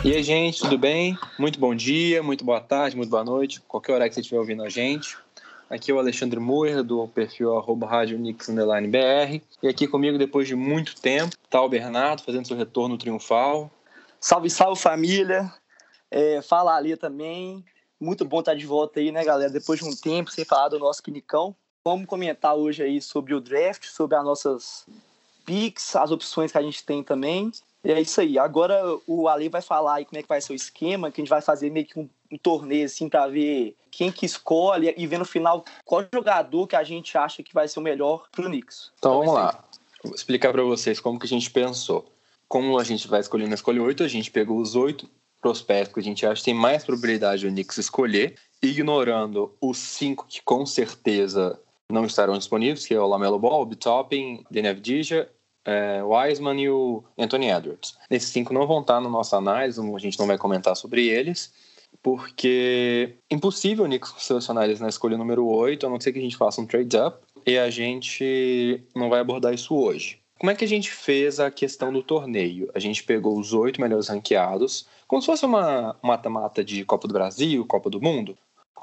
E aí, gente, tudo bem? Muito bom dia, muito boa tarde, muito boa noite, qualquer hora que você estiver ouvindo a gente. Aqui é o Alexandre Muir, do perfil @RadioNix_BR. E aqui comigo, depois de muito tempo, está o Bernardo, fazendo seu retorno triunfal. Salve, salve, família. Fala ali também. Muito bom estar de volta aí, né, galera? Depois de um tempo sem falar do nosso quinicão. Vamos comentar hoje aí sobre o draft, sobre as nossas picks, as opções que a gente tem também. E é isso aí. Agora o Ale vai falar aí como é que vai ser o esquema, que a gente vai fazer meio que um torneio assim para ver quem que escolhe e ver no final qual jogador que a gente acha que vai ser o melhor pro Knicks. Então vamos lá. Vou explicar para vocês como que a gente pensou. Como a gente vai escolher na escolha 8, a gente pegou os 8 prospectos que a gente acha que tem mais probabilidade do Knicks escolher, ignorando os 5 que com certeza não estarão disponíveis, que é o LaMelo Ball, o Obi Toppin, Deni Avdija, Wiseman e o Anthony Edwards. Esses 5 não vão estar na nossa análise, a gente não vai comentar sobre eles, porque é impossível o Knicks selecionar eles na escolha número 8, a não ser que a gente faça um trade-up, e a gente não vai abordar isso hoje. Como é que a gente fez a questão do torneio? A gente pegou os 8 melhores ranqueados, como se fosse uma mata-mata de Copa do Brasil, Copa do Mundo.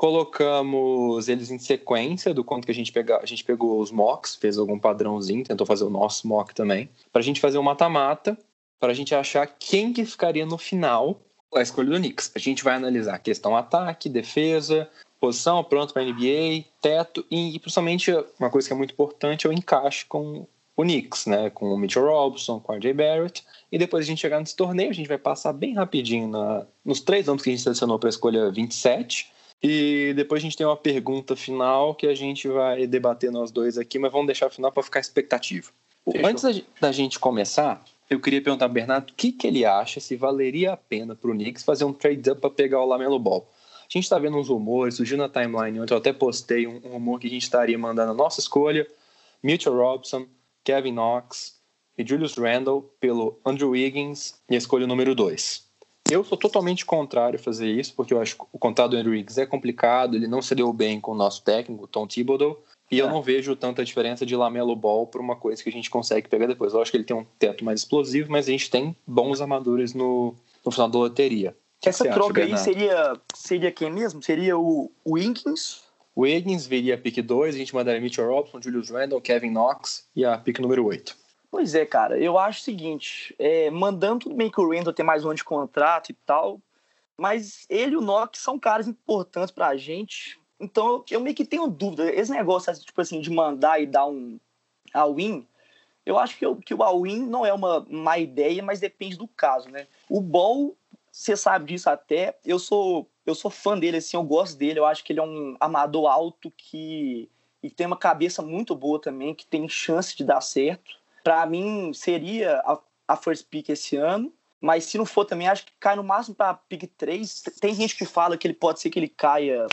Colocamos eles em sequência do quanto que a gente pegou os mocks, fez algum padrãozinho, tentou fazer o nosso mock também, para a gente fazer um mata-mata, para a gente achar quem que ficaria no final a escolha do Knicks. A gente vai analisar a questão ataque, defesa, posição, pronto para a NBA, teto e principalmente uma coisa que é muito importante é o encaixe com o Knicks, né? Com o Mitchell Robinson, com o RJ Barrett. E depois a gente chegar nesse torneio, a gente vai passar bem rapidinho nos 3 nomes que a gente selecionou para a escolha 27. E depois a gente tem uma pergunta final que a gente vai debater nós dois aqui, mas vamos deixar o final para ficar expectativa. Fechou. Antes da gente começar, eu queria perguntar ao Bernardo o que ele acha, se valeria a pena para o Knicks fazer um trade-up para pegar o LaMelo Ball. A gente está vendo uns rumores, surgiu na timeline ontem, eu até postei um rumor que a gente estaria mandando a nossa escolha, Mitchell Robinson, Kevin Knox e Julius Randle pelo Andrew Wiggins e a escolha número 2. Eu sou totalmente contrário a fazer isso, porque eu acho que o contrato do Andrew Wiggins é complicado, ele não se deu bem com o nosso técnico, Tom Thibodeau, e eu não vejo tanta diferença de LaMelo Ball por uma coisa que a gente consegue pegar depois. Eu acho que ele tem um teto mais explosivo, mas a gente tem bons armadores no final da loteria. Essa troca aí seria quem mesmo? Seria o Wiggins? O Wiggins viria a pick 2, a gente mandaria Mitchell Robinson, Julius Randle, Kevin Knox e a pick número 8. Pois é, cara, eu acho o seguinte, mandando tudo bem que o Randle tem mais um ano de contrato e tal, mas ele e o Knox são caras importantes pra gente, então eu meio que tenho dúvida, esse negócio tipo assim, de mandar e dar um all-in, eu acho que o all-in não é uma má ideia, mas depende do caso, né? O Ball, você sabe disso até, eu sou fã dele, assim, eu gosto dele, eu acho que ele é um armador alto e tem uma cabeça muito boa também, que tem chance de dar certo. Para mim, seria a first pick esse ano, mas se não for também, acho que cai no máximo para pick 3. Tem gente que fala que ele pode ser que ele caia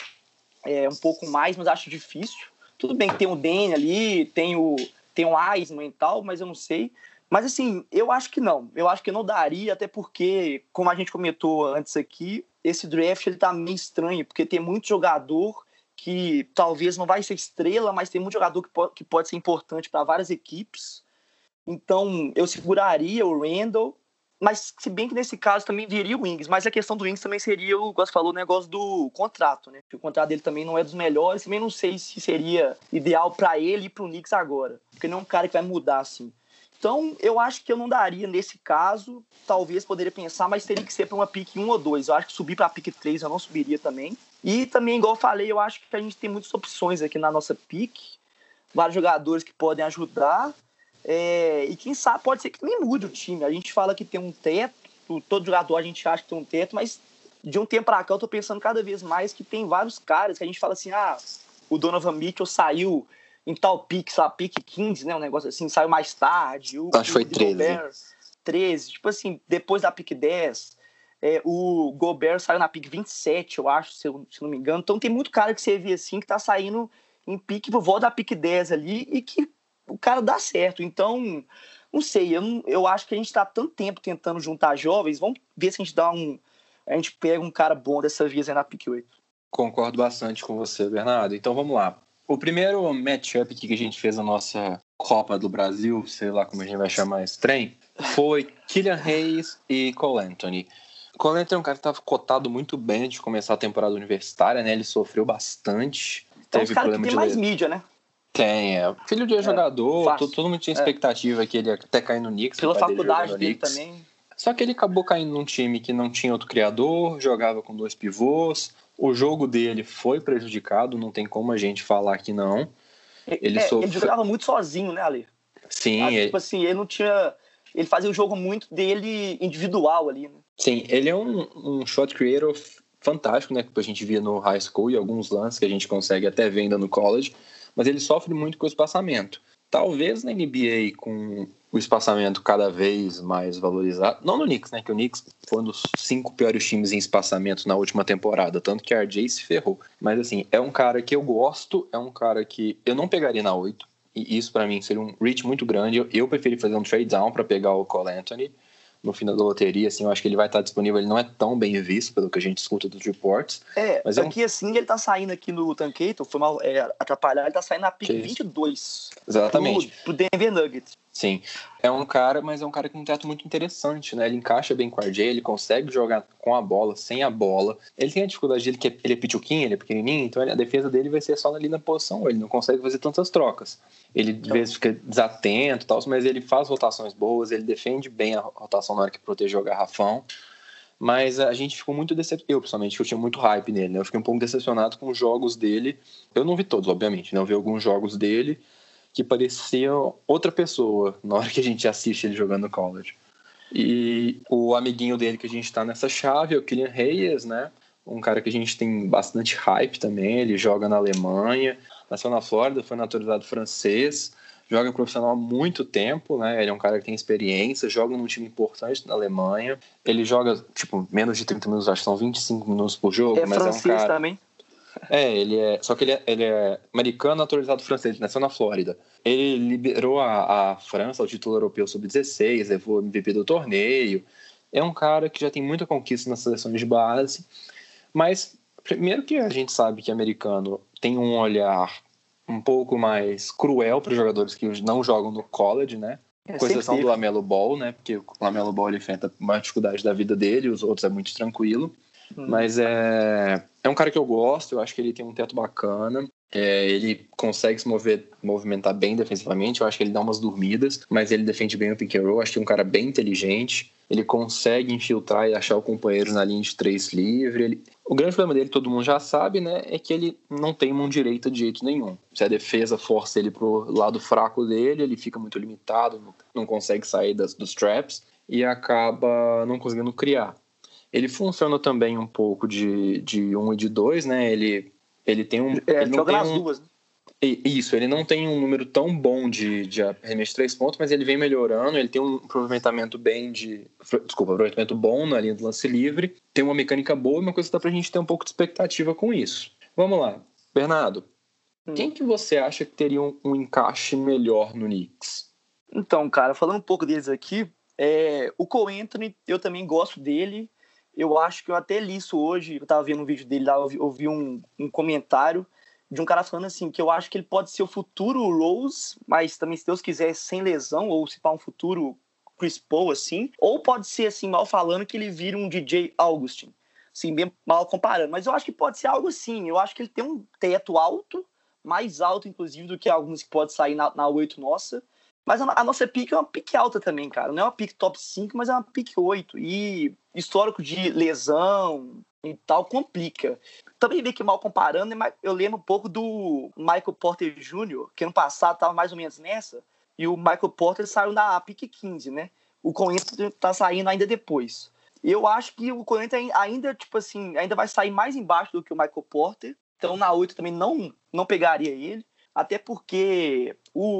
um pouco mais, mas acho difícil. Tudo bem que tem o Deni ali, tem o Wiseman e tal, mas eu não sei. Mas assim, eu acho que não. Eu acho que não daria, até porque, como a gente comentou antes aqui, esse draft ele tá meio estranho, porque tem muito jogador que talvez não vai ser estrela, mas tem muito jogador que pode ser importante para várias equipes. Então, eu seguraria o Randle, mas se bem que nesse caso também viria o Wiggins, mas a questão do Wiggins também seria, o Gus falou, o negócio do contrato, né? O contrato dele também não é dos melhores, também não sei se seria ideal para ele e para o Knicks agora, porque não é um cara que vai mudar assim. Então, eu acho que eu não daria nesse caso, talvez poderia pensar, mas teria que ser para uma pick 1 ou 2. Eu acho que subir para a pick 3 eu não subiria também. E também, igual eu falei, eu acho que a gente tem muitas opções aqui na nossa pick, vários jogadores que podem ajudar. E quem sabe pode ser que também mude o time. A gente fala que tem um teto, todo jogador a gente acha que tem um teto, mas de um tempo pra cá eu tô pensando cada vez mais que tem vários caras que a gente fala assim, o Donovan Mitchell saiu em tal pick, sei lá, pick 15, né, um negócio assim, saiu mais tarde. Acho que foi 13, tipo assim, depois da pick 10, o Gobert saiu na pick 27, eu acho, se não me engano. Então tem muito cara que você vê assim, que tá saindo em pick por volta da pick 10 ali e que o cara dá certo. Então, não sei, eu acho que a gente está tanto tempo tentando juntar jovens, vamos ver se a gente pega um cara bom dessa vez aí na pick 8. Concordo bastante com você, Bernardo. Então vamos lá. O primeiro matchup que a gente fez na nossa Copa do Brasil, sei lá como a gente vai chamar esse trem, foi Killian Hayes e Cole Anthony. O Cole Anthony é um cara que estava cotado muito bem antes de começar a temporada universitária, né? Ele sofreu bastante. Então, os caras que tem mais mídia, né? Tem, Filho de jogador, todo mundo tinha expectativa que ele ia até cair no Knicks. Pela faculdade dele também. Só que ele acabou caindo num time que não tinha outro criador, jogava com 2 pivôs. O jogo dele foi prejudicado, não tem como a gente falar que não. Ele jogava muito sozinho, né, Ale? Sim. Tipo assim, ele não tinha... Ele fazia o jogo muito dele individual ali, né? Sim, ele é um shot creator fantástico, né? Que a gente via no high school e alguns lances que a gente consegue até ver ainda no college. Mas ele sofre muito com o espaçamento. Talvez na NBA, com o espaçamento cada vez mais valorizado, não no Knicks, né, que o Knicks foi um dos 5 piores times em espaçamento na última temporada, tanto que a RJ se ferrou. Mas assim, é um cara que eu gosto, é um cara que eu não pegaria na 8, e isso pra mim seria um reach muito grande. Eu preferi fazer um trade down para pegar o Cole Anthony no final da loteria, assim, eu acho que ele vai estar disponível, ele não é tão bem visto pelo que a gente escuta dos reports. Mas aqui assim, ele tá saindo aqui no Tankator, foi mal atrapalhar, ele tá saindo na pick 22. Exatamente. Pro Denver Nuggets. Sim, é um cara, mas é um cara com um teto muito interessante, né? Ele encaixa bem com o RJ, ele consegue jogar com a bola, sem a bola. Ele tem a dificuldade dele, que ele é pituquinho, ele é pequenininho, então a defesa dele vai ser só ali na posição, ele não consegue fazer tantas trocas. Ele, de vez, fica desatento e tal, mas ele faz rotações boas, ele defende bem a rotação na hora que protege o garrafão. Mas a gente ficou muito decepcionado, eu pessoalmente, que eu tinha muito hype nele, né? Eu fiquei um pouco decepcionado com os jogos dele. Eu não vi todos, obviamente, né? Eu vi alguns jogos dele que parecia outra pessoa na hora que a gente assiste ele jogando no college. E o amiguinho dele que a gente tá nessa chave é o Killian Hayes, né? Um cara que a gente tem bastante hype também, ele joga na Alemanha, nasceu na Flórida, foi naturalizado francês, joga profissional há muito tempo, né? Ele é um cara que tem experiência, joga num time importante na Alemanha. Ele joga, menos de 30 minutos, acho que são 25 minutos por jogo, mas francês é um cara... também. Só que ele é americano naturalizado francês, nasceu na Flórida. Ele liberou a França ao título europeu sub-16, levou o MVP do torneio. É um cara que já tem muita conquista nas seleções de base, mas primeiro que a gente sabe que americano tem um olhar um pouco mais cruel para os jogadores que não jogam no college, né? Com exceção do LaMelo Ball, né? Porque o LaMelo Ball ele enfrenta a maior dificuldade da vida dele, os outros é muito tranquilo. Mas é um cara que eu gosto, eu acho que ele tem um teto bacana, ele consegue se movimentar bem defensivamente, eu acho que ele dá umas dormidas, mas ele defende bem o pick and roll, acho que é um cara bem inteligente, ele consegue infiltrar e achar o companheiro na linha de 3 livre. O grande problema dele, todo mundo já sabe, né, é que ele não tem mão direita de jeito nenhum. Se a defesa força ele pro lado fraco dele, ele fica muito limitado, não consegue sair dos traps e acaba não conseguindo criar. Ele funciona também um pouco de 1 e de 2, né? Ele tem um... ele não joga tem nas duas, né? Isso, ele não tem um número tão bom de arremesso de 3 pontos, mas ele vem melhorando, ele tem um aproveitamento aproveitamento bom na linha do lance livre, tem uma mecânica boa e uma coisa que dá pra gente ter um pouco de expectativa com isso. Vamos lá. Bernardo, quem que você acha que teria um encaixe melhor no Knicks? Então, cara, falando um pouco deles aqui, o Cole Anthony, eu também gosto dele. Eu acho que eu até li isso hoje, eu tava vendo um vídeo dele lá, eu vi um comentário de um cara falando assim, que eu acho que ele pode ser o futuro Rose, mas também, se Deus quiser, sem lesão, ou se para um futuro Chris Paul, assim, ou pode ser, assim, mal falando, que ele vira um DJ Augustin, assim, bem mal comparando, mas eu acho que pode ser algo assim, eu acho que ele tem um teto alto, mais alto, inclusive, do que alguns que pode sair na 8 nossa. Mas a nossa pick é uma pick alta também, cara. Não é uma pick top 5, mas é uma pick 8. E histórico de lesão e tal complica. Também meio que mal comparando, eu lembro um pouco do Michael Porter Jr., que ano passado estava mais ou menos nessa. E o Michael Porter saiu na pick 15, né? O Cole Anthony tá saindo ainda depois. E eu acho que o Cole Anthony ainda, ainda vai sair mais embaixo do que o Michael Porter. Então na 8 também não pegaria ele. Até porque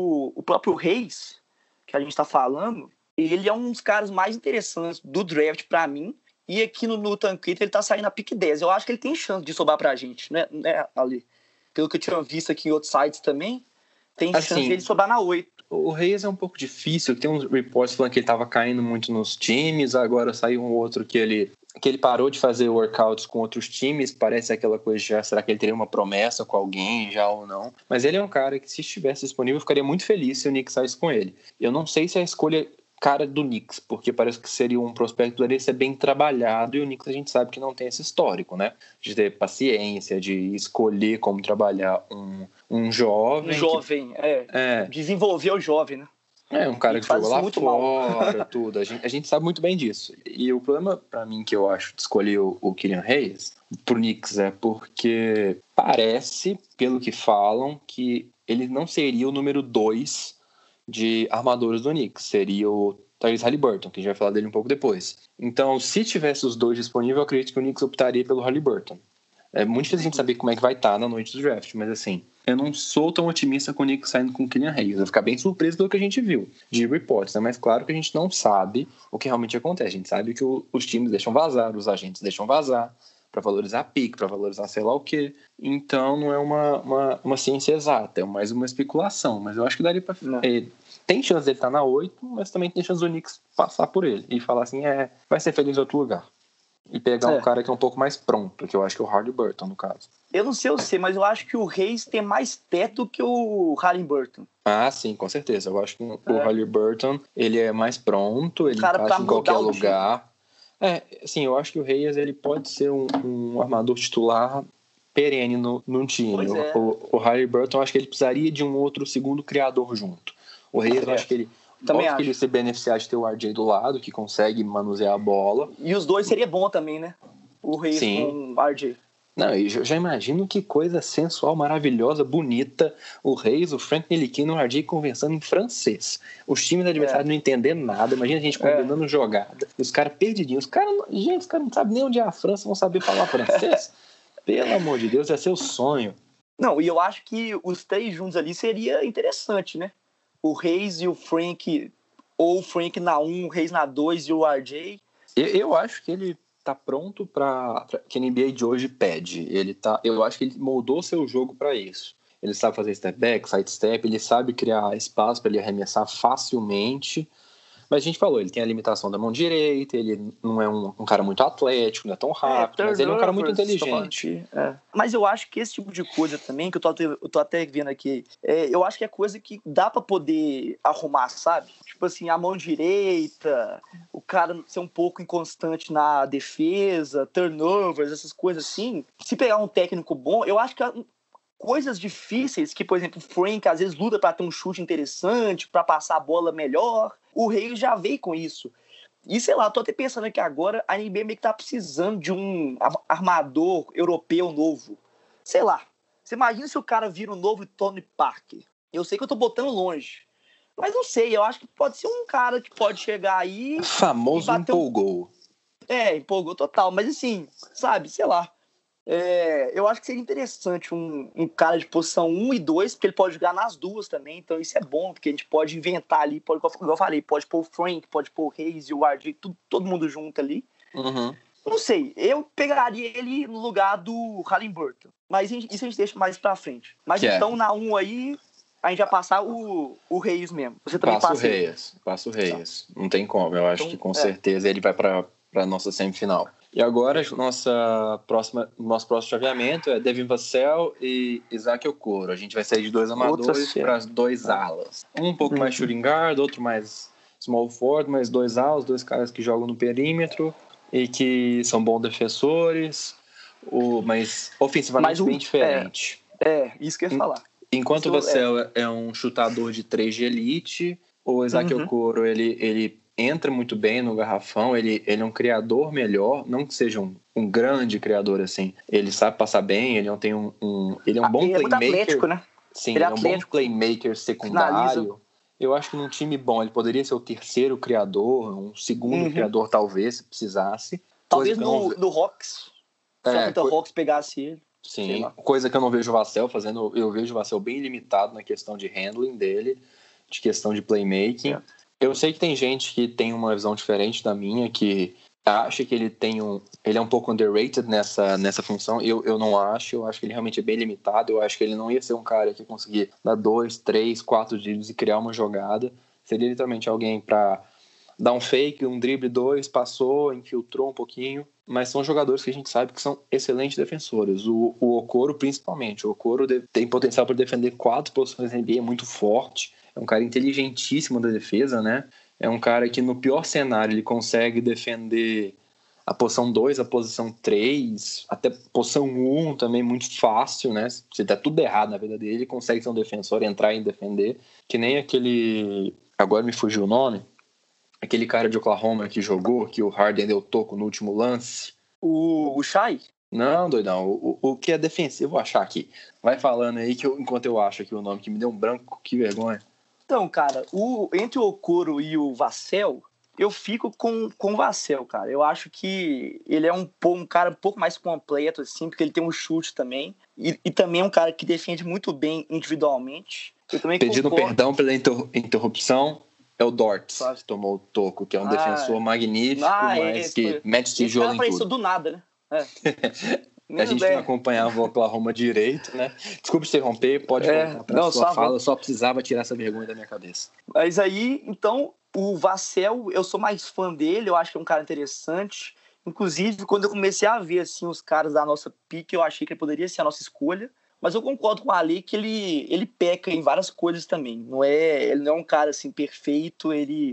o próprio Reis, que a gente está falando, ele é um dos caras mais interessantes do draft para mim. E aqui no Tankator ele tá saindo na pick 10. Eu acho que ele tem chance de sobrar pra gente, né, Ali? Pelo que eu tinha visto aqui em outros sites também, tem chance de ele sobrar na 8. O Reis é um pouco difícil. Tem uns reports falando que ele tava caindo muito nos times. Agora saiu um outro que ele parou de fazer workouts com outros times, parece aquela coisa já, será que ele teria uma promessa com alguém já ou não? Mas ele é um cara que, se estivesse disponível, eu ficaria muito feliz se o Knicks saísse com ele. Eu não sei se a escolha cara do Knicks, porque parece que seria um prospecto que poderia ser bem trabalhado, e o Knicks a gente sabe que não tem esse histórico, né? De ter paciência, de escolher como trabalhar um jovem. Um jovem, desenvolver o jovem, né? Um cara que jogou lá fora, tudo. A gente sabe muito bem disso. E o problema, pra mim, que eu acho de escolher o Killian Hayes pro Knicks é porque parece, pelo que falam, que ele não seria o número 2 de armadores do Knicks. Seria o Tyrese Haliburton, que a gente vai falar dele um pouco depois. Então, se tivesse os dois disponíveis, eu acredito que o Knicks optaria pelo Haliburton. É muito difícil a gente saber como é que vai estar na noite do draft, mas assim, eu não sou tão otimista com o Knicks saindo com o Killian Hayes. Eu vou ficar bem surpreso pelo que a gente viu de reports, né? Mas claro que a gente não sabe o que realmente acontece. A gente sabe que os times deixam vazar, os agentes deixam vazar para valorizar a pick, para valorizar sei lá o quê. Então não é uma ciência exata, é mais uma especulação. Mas eu acho que daria para... Tem chance dele estar na 8, mas também tem chance do Knicks passar por ele e falar assim, vai ser feliz em outro lugar. E pegar um cara que é um pouco mais pronto, que eu acho que é o Haliburton, no caso. Eu não sei, mas eu acho que o Hayes tem mais teto que o Haliburton. Ah, sim, com certeza. Eu acho que o Haliburton, ele é mais pronto, ele encaixa em qualquer lugar. Assim, eu acho que o Hayes, ele pode ser um armador titular perene no time. O Haliburton, eu acho que ele precisaria de um outro segundo criador junto. O Hayes, eu acho que ele... Também acho. Que ele se beneficiar de ter o RJ do lado, que consegue manusear a bola. E os dois seria bom também, né? O Hayes com o RJ. Não, eu já imagino que coisa sensual, maravilhosa, bonita. O Hayes, o Frank Ntilikina e o RJ conversando em francês. Os times adversários não entendendo nada. Imagina a gente combinando jogada. E os caras perdidinhos. Os caras não sabem nem onde é a França, vão saber falar francês. Pelo amor de Deus, ia ser o sonho. Não, e eu acho que os três juntos ali seria interessante, né? O Hayes e o Frank, ou o Frank na 1, o Hayes na 2 e o RJ. Eu acho que ele tá pronto para que a NBA de hoje pede. Eu acho que ele moldou seu jogo para isso. Ele sabe fazer step back, side step, ele sabe criar espaço para ele arremessar facilmente. Mas a gente falou, ele tem a limitação da mão direita, ele não é um cara muito atlético, não é tão rápido, mas ele é um cara muito inteligente. Mas eu acho que esse tipo de coisa também, que eu tô até vendo aqui, eu acho que é coisa que dá pra poder arrumar, sabe? Tipo assim, a mão direita, o cara ser um pouco inconstante na defesa, turnovers, essas coisas assim. Se pegar um técnico bom, eu acho que coisas difíceis, que, por exemplo, o Frank às vezes luta para ter um chute interessante, para passar a bola melhor. O Hayes já veio com isso. E, sei lá, tô até pensando aqui agora, a NBA meio que tá precisando de um armador europeu novo. Sei lá. Você imagina se o cara vira um novo Tony Parker. Eu sei que eu tô botando longe. Mas não sei, eu acho que pode ser um cara que pode chegar aí... Famoso empolgou. Empolgou total. Mas assim, sabe, sei lá. Eu acho que seria interessante um cara de posição 1 e 2, porque ele pode jogar nas duas também, então isso é bom, porque a gente pode inventar ali, como eu falei, pode pôr o Frank, pode pôr o Hayes e o RJ, todo mundo junto ali. Uhum. Não sei, eu pegaria ele no lugar do Haliburton, mas isso a gente deixa mais pra frente. Mas então na 1 aí, a gente vai passar o Hayes mesmo. Você também passa o Hayes. Não tem como, eu acho que com certeza ele vai pra nossa semifinal. E agora, nosso próximo chaveamento é Devin Vassell e Isaac Okoro. A gente vai sair de 2 amadores para 2 alas. Um pouco mais shooting guard, outro mais small forward, mas 2 alas, 2 caras que jogam no perímetro e que são bons defensores, mas ofensivamente bem diferente. Isso que eu ia falar. Enquanto o Vassell é um chutador de 3 de elite, o Isaac Okoro, ele entra muito bem no garrafão, ele é um criador melhor, não que seja um grande criador assim, ele sabe passar bem, ele tem ele é um bom playmaker. Muito atlético, né? Sim, ele é um bom playmaker secundário. Finaliza. Eu acho que num time bom ele poderia ser o terceiro criador, um segundo criador talvez, se precisasse. Talvez no Hawks, se o Atlanta Hawks pegasse ele. Sim, coisa que eu não vejo o Vassell fazendo, eu vejo o Vassell bem limitado na questão de handling dele, de questão de playmaking. Eu sei que tem gente que tem uma visão diferente da minha, que acha que ele é um pouco underrated nessa função. Eu não acho, eu acho que ele realmente é bem limitado. Eu acho que ele não ia ser um cara que conseguir dar 2, 3, 4 dribles e criar uma jogada. Seria literalmente alguém para dar um fake, um drible, 2, passou, infiltrou um pouquinho. Mas são jogadores que a gente sabe que são excelentes defensores. O Okoro, principalmente. O Okoro tem potencial para defender 4 posições na NBA, é muito forte. É um cara inteligentíssimo da defesa, né? É um cara que no pior cenário ele consegue defender a posição 2, a posição 3, até posição 1 também muito fácil, né? Se der tudo errado na vida dele, ele consegue ser um defensor, entrar e defender. Que nem aquele... Agora me fugiu o nome. Aquele cara de Oklahoma que jogou, que o Harden deu toco no último lance. O Shai? Não, doidão. O que é defensivo, vou achar aqui. Vai falando aí que enquanto eu acho aqui o nome, que me deu um branco, que vergonha. Então, cara, entre o Okoro e o Vassell, eu fico com o Vassell, cara. Eu acho que ele é um cara um pouco mais completo, assim, porque ele tem um chute também. E também é um cara que defende muito bem individualmente. Eu também Pedindo concordo... perdão pela interrupção, é o Dort que tomou o toco, que é um defensor magnífico, mas que mete tijolo em tudo. Apareceu do nada, né? A gente não acompanhava o Oklahoma direito, né? Desculpa interromper, pode voltar para a sua fala, eu só precisava tirar essa vergonha da minha cabeça. Mas aí, então, o Vassell, eu sou mais fã dele, eu acho que é um cara interessante. Inclusive, quando eu comecei a ver assim, os caras da nossa pick, eu achei que ele poderia ser a nossa escolha. Mas eu concordo com o Ali que ele peca em várias coisas também. Ele não é um cara assim, perfeito,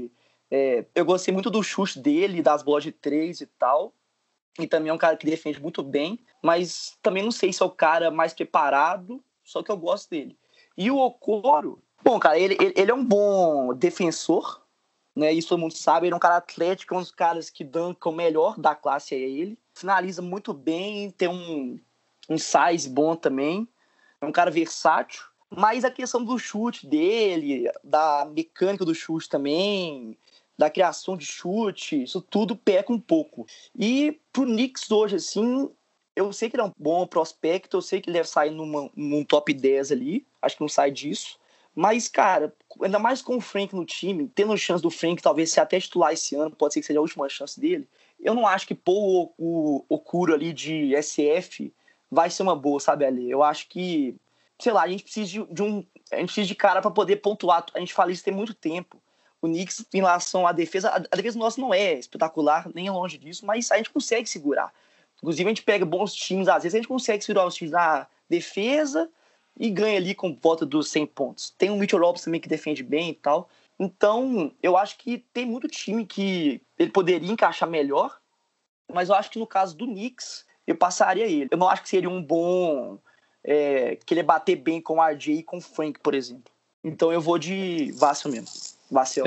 eu gostei muito do chute dele, das bolas de 3 e tal. E também é um cara que defende muito bem, mas também não sei se é o cara mais preparado, só que eu gosto dele. E o Okoro, bom, cara, ele é um bom defensor, né? Isso todo mundo sabe, ele é um cara atlético, é um dos caras que dunkam melhor da classe, é ele. Finaliza muito bem, tem um size bom também, é um cara versátil. Mas a questão do chute dele, da mecânica do chute também, da criação de chute, isso tudo peca um pouco. E pro Knicks hoje, assim, eu sei que ele é um bom prospecto, eu sei que ele deve sair num top 10 ali, acho que não sai disso. Mas, cara, ainda mais com o Frank no time, tendo chance do Frank talvez ser até titular esse ano, pode ser que seja a última chance dele, eu não acho que pôr o Okoro ali de SF vai ser uma boa, sabe, Ali? Eu acho que, sei lá, a gente precisa a gente precisa de cara para poder pontuar. A gente fala isso tem muito tempo. O Knicks, em relação à defesa, a defesa nossa não é espetacular, nem longe disso, mas a gente consegue segurar. Inclusive, a gente pega bons times, às vezes a gente consegue segurar os times na defesa e ganha ali com volta dos 100 pontos. Tem o Mitchell Robinson também que defende bem e tal. Então, eu acho que tem muito time que ele poderia encaixar melhor, mas eu acho que no caso do Knicks, eu passaria ele. Eu não acho que seria um bom... que ele ia bater bem com o RJ e com o Frank, por exemplo. Então, eu vou de Vassell mesmo. Vassell.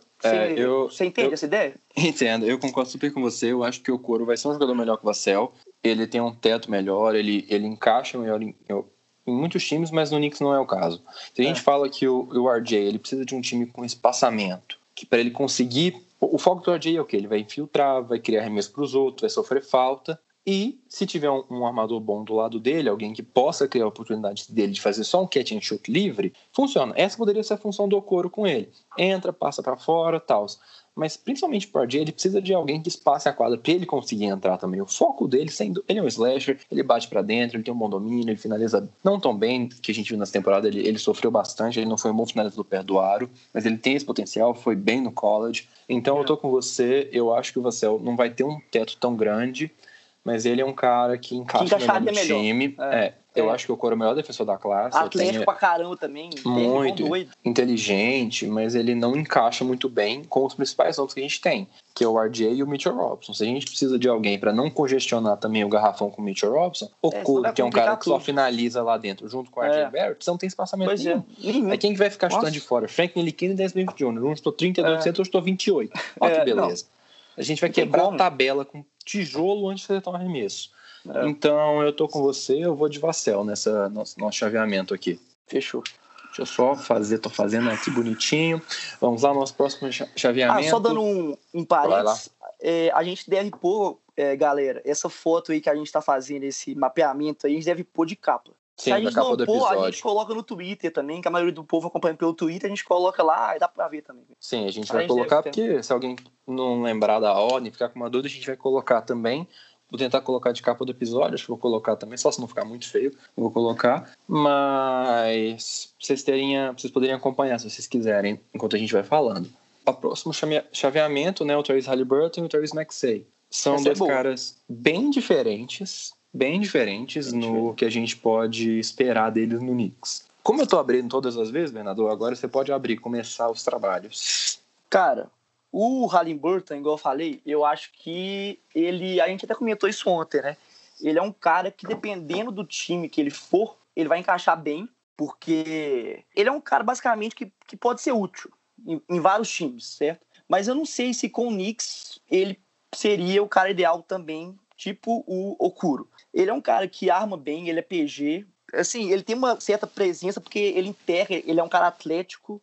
Você entende essa ideia? Entendo, eu concordo super com você. Eu acho que o Okoro vai ser um jogador melhor que o Vassell. Ele tem um teto melhor, ele encaixa melhor em muitos times, mas no Knicks não é o caso. Se a gente fala que o RJ ele precisa de um time com espaçamento, que para ele conseguir... O foco do RJ é o quê? Ele vai infiltrar, vai criar arremesso para os outros, vai sofrer falta. E se tiver um armador bom do lado dele, alguém que possa criar a oportunidade dele de fazer só um catch and shoot livre, funciona. Essa poderia ser a função do Okoro com ele. Entra, passa para fora, tal. Mas principalmente para o RJ, ele precisa de alguém que espace a quadra para ele conseguir entrar também. O foco dele, ele é um slasher, ele bate para dentro, ele tem um bom domínio, ele finaliza não tão bem, que a gente viu nessa temporada, ele sofreu bastante, ele não foi um bom finalizador perto do aro, mas ele tem esse potencial, foi bem no college. Então eu tô com você, eu acho que o Vassell não vai ter um teto tão grande, mas ele é um cara que encaixa melhor no time. Eu acho que o Okoro é o melhor defensor da classe. Atlético pra caramba também. Muito inteligente, mas ele não encaixa muito bem com os principais nomes que a gente tem, que é o RJ e o Mitchell Robinson. Se a gente precisa de alguém para não congestionar também o garrafão com o Mitchell Robinson, o Okoro, que é um cara que só finaliza lá dentro, junto com o RJ Barrett, você não tem espaçamento nenhum. Aí quem que vai ficar chutando de fora? Frank Ntilikina e Dennis Smith Jr. Um estou 32%, outro estou 28%. Olha que beleza. A gente vai quebrar a tabela com tijolo antes de acertar um arremesso. Então, eu tô com você, eu vou de Vassell nessa nosso chaveamento aqui. Fechou. Deixa eu só fazer, tô fazendo aqui bonitinho. Vamos lá, nosso próximo chaveamento. Só dando um parênteses, a gente deve pôr, galera, essa foto aí que a gente tá fazendo, esse mapeamento aí, a gente deve pôr de capa. Sim, se a gente não pôr, a gente episódio. coloca no Twitter também, que a maioria do povo acompanha pelo Twitter, a gente coloca lá e dá pra ver também. Sim, a gente vai colocar, porque se alguém não lembrar da ordem, ficar com uma dúvida, a gente vai colocar também. Vou tentar colocar de capa do episódio, acho que vou colocar também, só se não ficar muito feio, eu vou colocar. Mas vocês poderiam acompanhar, se vocês quiserem, enquanto a gente vai falando. O próximo chaveamento, né, o Tyrese Haliburton e o Tyrese Maxey. São dois caras bem diferentes no que a gente pode esperar deles no Knicks. Como eu tô abrindo todas as vezes, Bernardo, agora você pode começar os trabalhos. Cara, O Haliburton, igual eu falei, eu acho que ele... A gente até comentou isso ontem, né? Ele é um cara que, dependendo do time que ele for, ele vai encaixar bem, porque ele é um cara, basicamente, que pode ser útil em vários times, certo? Mas eu não sei se com o Knicks ele seria o cara ideal também, tipo o Okuro. Ele é um cara que arma bem, ele é PG. Assim, ele tem uma certa presença porque ele enterra, ele é um cara atlético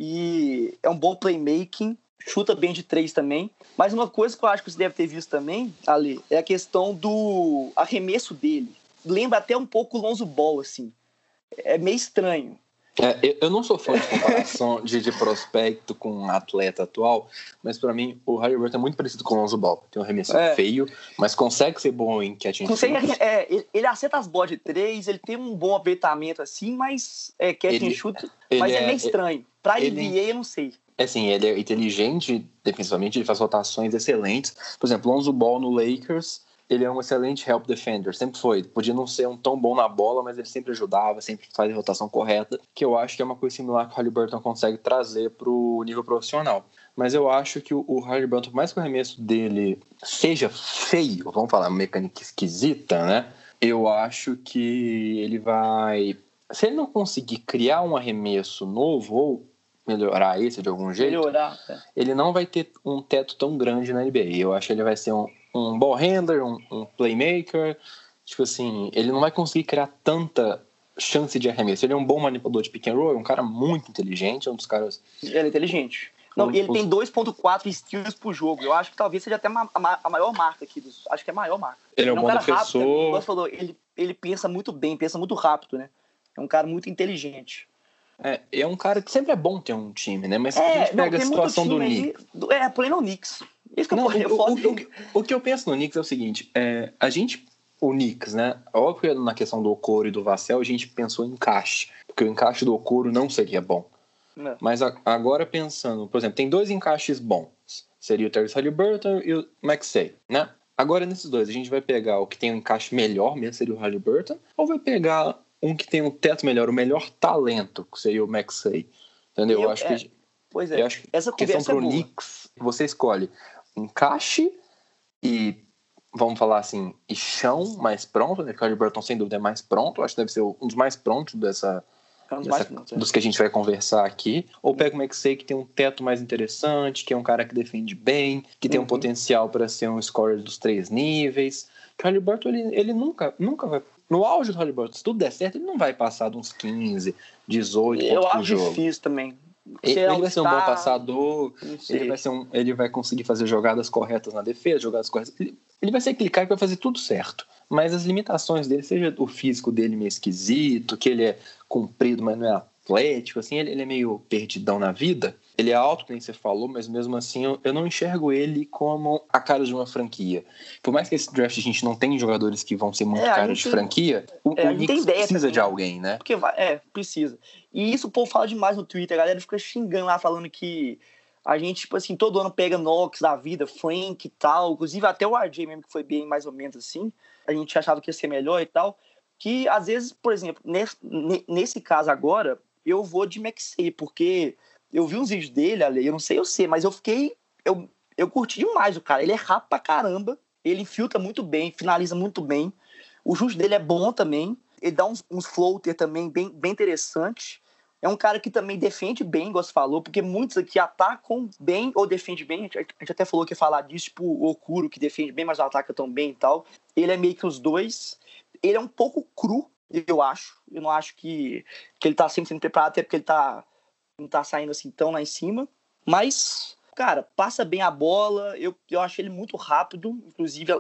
e é um bom playmaking, chuta bem de 3 também. Mas uma coisa que eu acho que você deve ter visto também, Ale, é a questão do arremesso dele. Lembra até um pouco o Lonzo Ball, assim. É meio estranho. Eu não sou fã de comparação de prospecto com um atleta atual, mas pra mim o Haliburton é muito parecido com o Lonzo Ball. Tem um arremesso feio, mas consegue ser bom em catch and shoot. Ele acerta as bolas de 3, ele tem um bom aproveitamento assim, mas catch and shoot, mas é meio estranho. Pra NBA eu não sei. Assim, ele é inteligente defensivamente, ele faz rotações excelentes. Por exemplo, Lonzo Ball no Lakers, ele é um excelente help defender, sempre foi. Podia não ser tão bom na bola, mas ele sempre ajudava, sempre faz a rotação correta, que eu acho que é uma coisa similar que o Haliburton consegue trazer pro nível profissional. Mas eu acho que o Haliburton, por mais que o arremesso dele seja feio, vamos falar, mecânica esquisita, né? Eu acho que ele vai... Se ele não conseguir criar um arremesso novo ou melhorar esse de algum jeito, ele não vai ter um teto tão grande na NBA. Eu acho que ele vai ser um ball handler, um playmaker. Tipo assim, ele não vai conseguir criar tanta chance de arremesso. Ele é um bom manipulador de pick and roll, é um cara muito inteligente, é um dos caras... Ele é inteligente. Não, ele tem 2.4 steals por jogo. Eu acho que talvez seja até a maior marca aqui. Acho que é a maior marca. Ele é um bom cara defensor. Rápido, como você falou, ele pensa muito bem, pensa muito rápido, né? É um cara muito inteligente. É um cara que sempre é bom ter um time, né? Mas a gente pega a situação do Knicks. Porém no Knicks. Isso que o que eu penso no Knicks é o seguinte, o Knicks, né? Óbvio que na questão do Okoro e do Vassell a gente pensou em encaixe, porque o encaixe do Okoro não seria bom. Mas agora pensando, por exemplo, tem 2 encaixes bons, seria o Tyrese Haliburton e o Maxey, né? Agora nesses 2 a gente vai pegar o que tem um encaixe melhor, mesmo seria o Haliburton, ou vai pegar um que tem um teto melhor, o melhor talento, que seria o Maxey, entendeu? Eu acho que... Pois é, eu acho que essa questão pro Knicks, você escolhe encaixe e, vamos falar assim, e chão mais pronto, né? Porque o Haliburton sem dúvida é mais pronto, acho que deve ser um dos mais prontos dos que a gente vai conversar aqui. Ou pega o Maxey, que tem um teto mais interessante, que é um cara que defende bem, que tem um potencial para ser um scorer dos 3 níveis. O Haliburton, ele nunca vai... No auge do Haliburton, se tudo der certo, ele não vai passar de uns 15, 18 pontos por jogo. Eu acho difícil também. Ele vai ser um bom passador, ele vai conseguir fazer jogadas corretas na defesa, jogadas corretas. Ele vai ser aquele cara que vai fazer tudo certo. Mas as limitações dele, seja o físico dele meio esquisito, que ele é comprido, mas não é atlético, assim, ele é meio perdidão na vida. Ele é alto, como você falou, mas mesmo assim eu não enxergo ele como a cara de uma franquia. Por mais que esse draft a gente não tenha jogadores que vão ser muito caras de franquia, o Knicks precisa de alguém, né? Porque precisa. E isso o povo fala demais no Twitter, a galera fica xingando lá, falando que a gente, tipo assim, todo ano pega Knox da vida, Frank e tal, inclusive até o RJ mesmo, que foi bem mais ou menos assim, a gente achava que ia ser melhor e tal, que às vezes, por exemplo, nesse caso agora, eu vou de Maxey, porque eu vi uns vídeos dele, Ale, eu não sei mas eu curti demais o cara, ele é rápido pra caramba, ele infiltra muito bem, finaliza muito bem, o chute dele é bom também, ele dá uns floater também bem interessantes. É um cara que também defende bem, igual você falou, porque muitos aqui atacam bem ou defendem bem. A gente até falou que ia falar disso, tipo o Okuro, que defende bem, mas não ataca tão bem e tal. Ele é meio que os dois. Ele é um pouco cru, eu acho. Eu não acho que ele tá sempre sendo preparado, até porque ele não tá saindo assim tão lá em cima. Mas, cara, passa bem a bola. Eu acho ele muito rápido. Inclusive,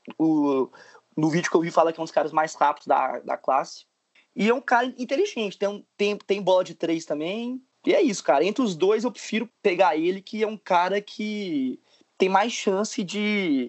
no vídeo que eu vi, fala que é um dos caras mais rápidos da classe. E é um cara inteligente, tem bola de 3 também. E é isso, cara. Entre os dois, eu prefiro pegar ele, que é um cara que tem mais chance de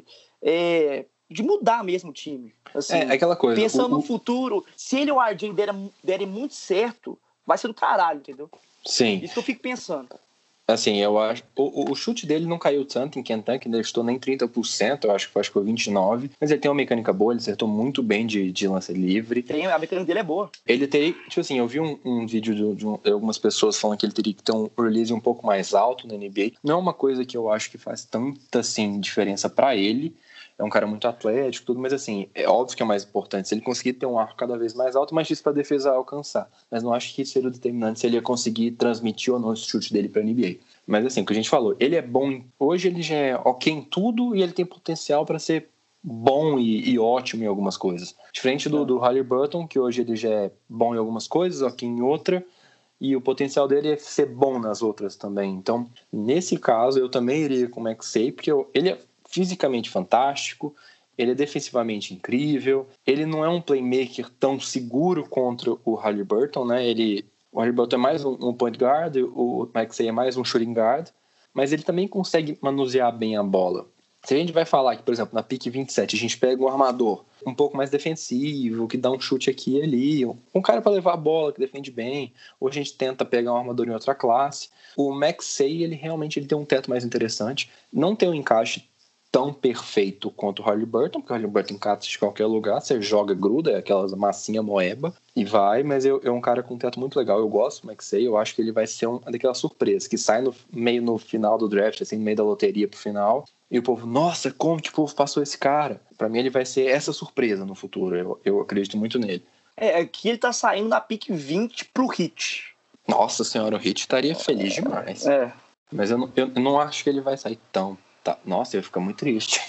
mudar mesmo o time. Assim, aquela coisa. Pensando no futuro, se ele e o RJ derem muito certo, vai ser do caralho, entendeu? Sim. Isso que eu fico pensando. Assim, eu acho. O chute dele não caiu tanto em Kentucky, ele estou nem 30%, eu acho que foi 29%. Mas ele tem uma mecânica boa, ele acertou muito bem de lance livre. A mecânica dele é boa. Ele teria. Tipo assim, eu vi um vídeo de algumas pessoas falando que ele teria que ter um release um pouco mais alto na NBA. Não é uma coisa que eu acho que faz tanta assim, diferença para ele. É um cara muito atlético, tudo, mas assim, é óbvio que é mais importante se ele conseguir ter um arco cada vez mais alto, mais difícil para a defesa alcançar. Mas não acho que isso seria o determinante se ele ia conseguir transmitir ou não esse chute dele para a NBA. Mas assim, o que a gente falou, ele é bom, hoje ele já é ok em tudo e ele tem potencial para ser bom e ótimo em algumas coisas. Diferente do Haliburton, que hoje ele já é bom em algumas coisas, ok em outra, e o potencial dele é ser bom nas outras também. Então, nesse caso, eu também iria com o Maxey, porque ele é fisicamente fantástico, ele é defensivamente incrível, ele não é um playmaker tão seguro contra o Haliburton, né? O Haliburton é mais um point guard, o Maxey é mais um shooting guard, mas ele também consegue manusear bem a bola. Se a gente vai falar que, por exemplo, na pick 27, a gente pega um armador um pouco mais defensivo, que dá um chute aqui e ali, um cara para levar a bola, que defende bem, ou a gente tenta pegar um armador em outra classe. O Maxey, ele realmente tem um teto mais interessante, não tem um encaixe tão perfeito quanto o Haliburton, porque o Haliburton encaixa de qualquer lugar, você joga, gruda, é aquelas massinha moeba e vai, mas é um cara com um teto muito legal, eu gosto do Maxey, eu acho que ele vai ser uma daquelas surpresas, que sai meio no final do draft, assim, no meio da loteria pro final, e o povo, nossa, como que o povo passou esse cara? Pra mim ele vai ser essa surpresa no futuro, eu acredito muito nele. Aqui ele tá saindo da pick 20 pro Heat. Nossa senhora, o Heat estaria feliz demais. Mas eu não acho que ele vai sair tão. Nossa, eu ia ficar muito triste.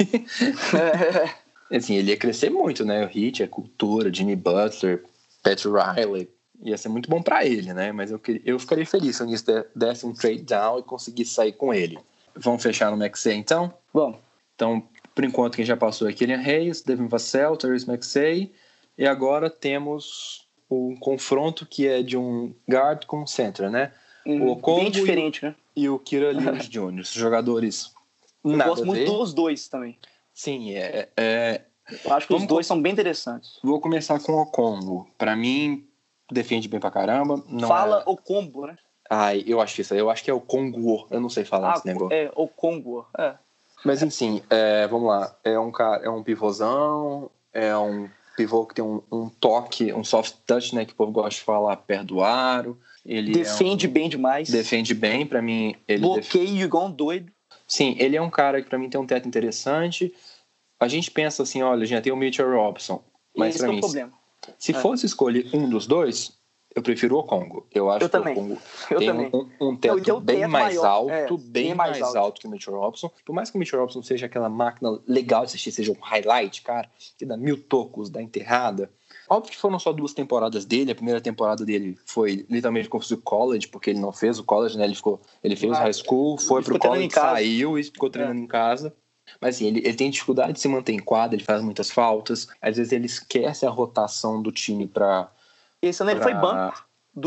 Assim, ele ia crescer muito, né? O Heat, a cultura, Jimmy Butler, Pat Riley. Ia ser muito bom pra ele, né? Mas eu ficaria feliz se o Knicks desse um trade down e conseguisse sair com ele. Vamos fechar no Maxey, então? Vamos. Então, por enquanto, quem já passou é Killian Hayes, Devin Vassell, Tyrese Maxey. E agora temos um confronto que é de um guard com center, né? O Okongo bem diferente, né? E o Kira Lewis Jr., jogadores eu gosto muito dos dois também. Sim, eu acho que os dois são bem interessantes. Vou começar com o Okongo. Pra mim, defende bem pra caramba. Fala o combo, né? Eu acho isso aí. Eu acho que é o Congo. Eu não sei falar esse negócio. É, o Congo. Mas, enfim, vamos lá. É um pivôzão, é um pivô que tem um toque, um soft touch, né? Que o povo gosta de falar perto do aro. Ele defende bem demais. Defende bem, pra mim. Ele bloqueia igual um doido. Sim, ele é um cara que pra mim tem um teto interessante. A gente pensa assim, olha, já tem o Mitchell Robinson. Mas pra mim, se fosse escolher um dos dois, eu prefiro o Okongo. Eu acho que o Okongo tem um teto bem mais alto, bem mais alto que o Mitchell Robinson. Por mais que o Mitchell Robinson seja aquela máquina legal de assistir, seja um highlight, cara, que dá 1000 tocos, dá enterrada. Óbvio que foram só 2 temporadas dele. A primeira temporada dele foi literalmente como se o college, porque ele não fez o college, né? Ele fez high school, foi pro college, saiu e ficou treinando em casa. Mas assim, ele tem dificuldade de se manter em quadra, ele faz muitas faltas. Às vezes ele esquece a rotação do time pra... Esse ano ele foi banco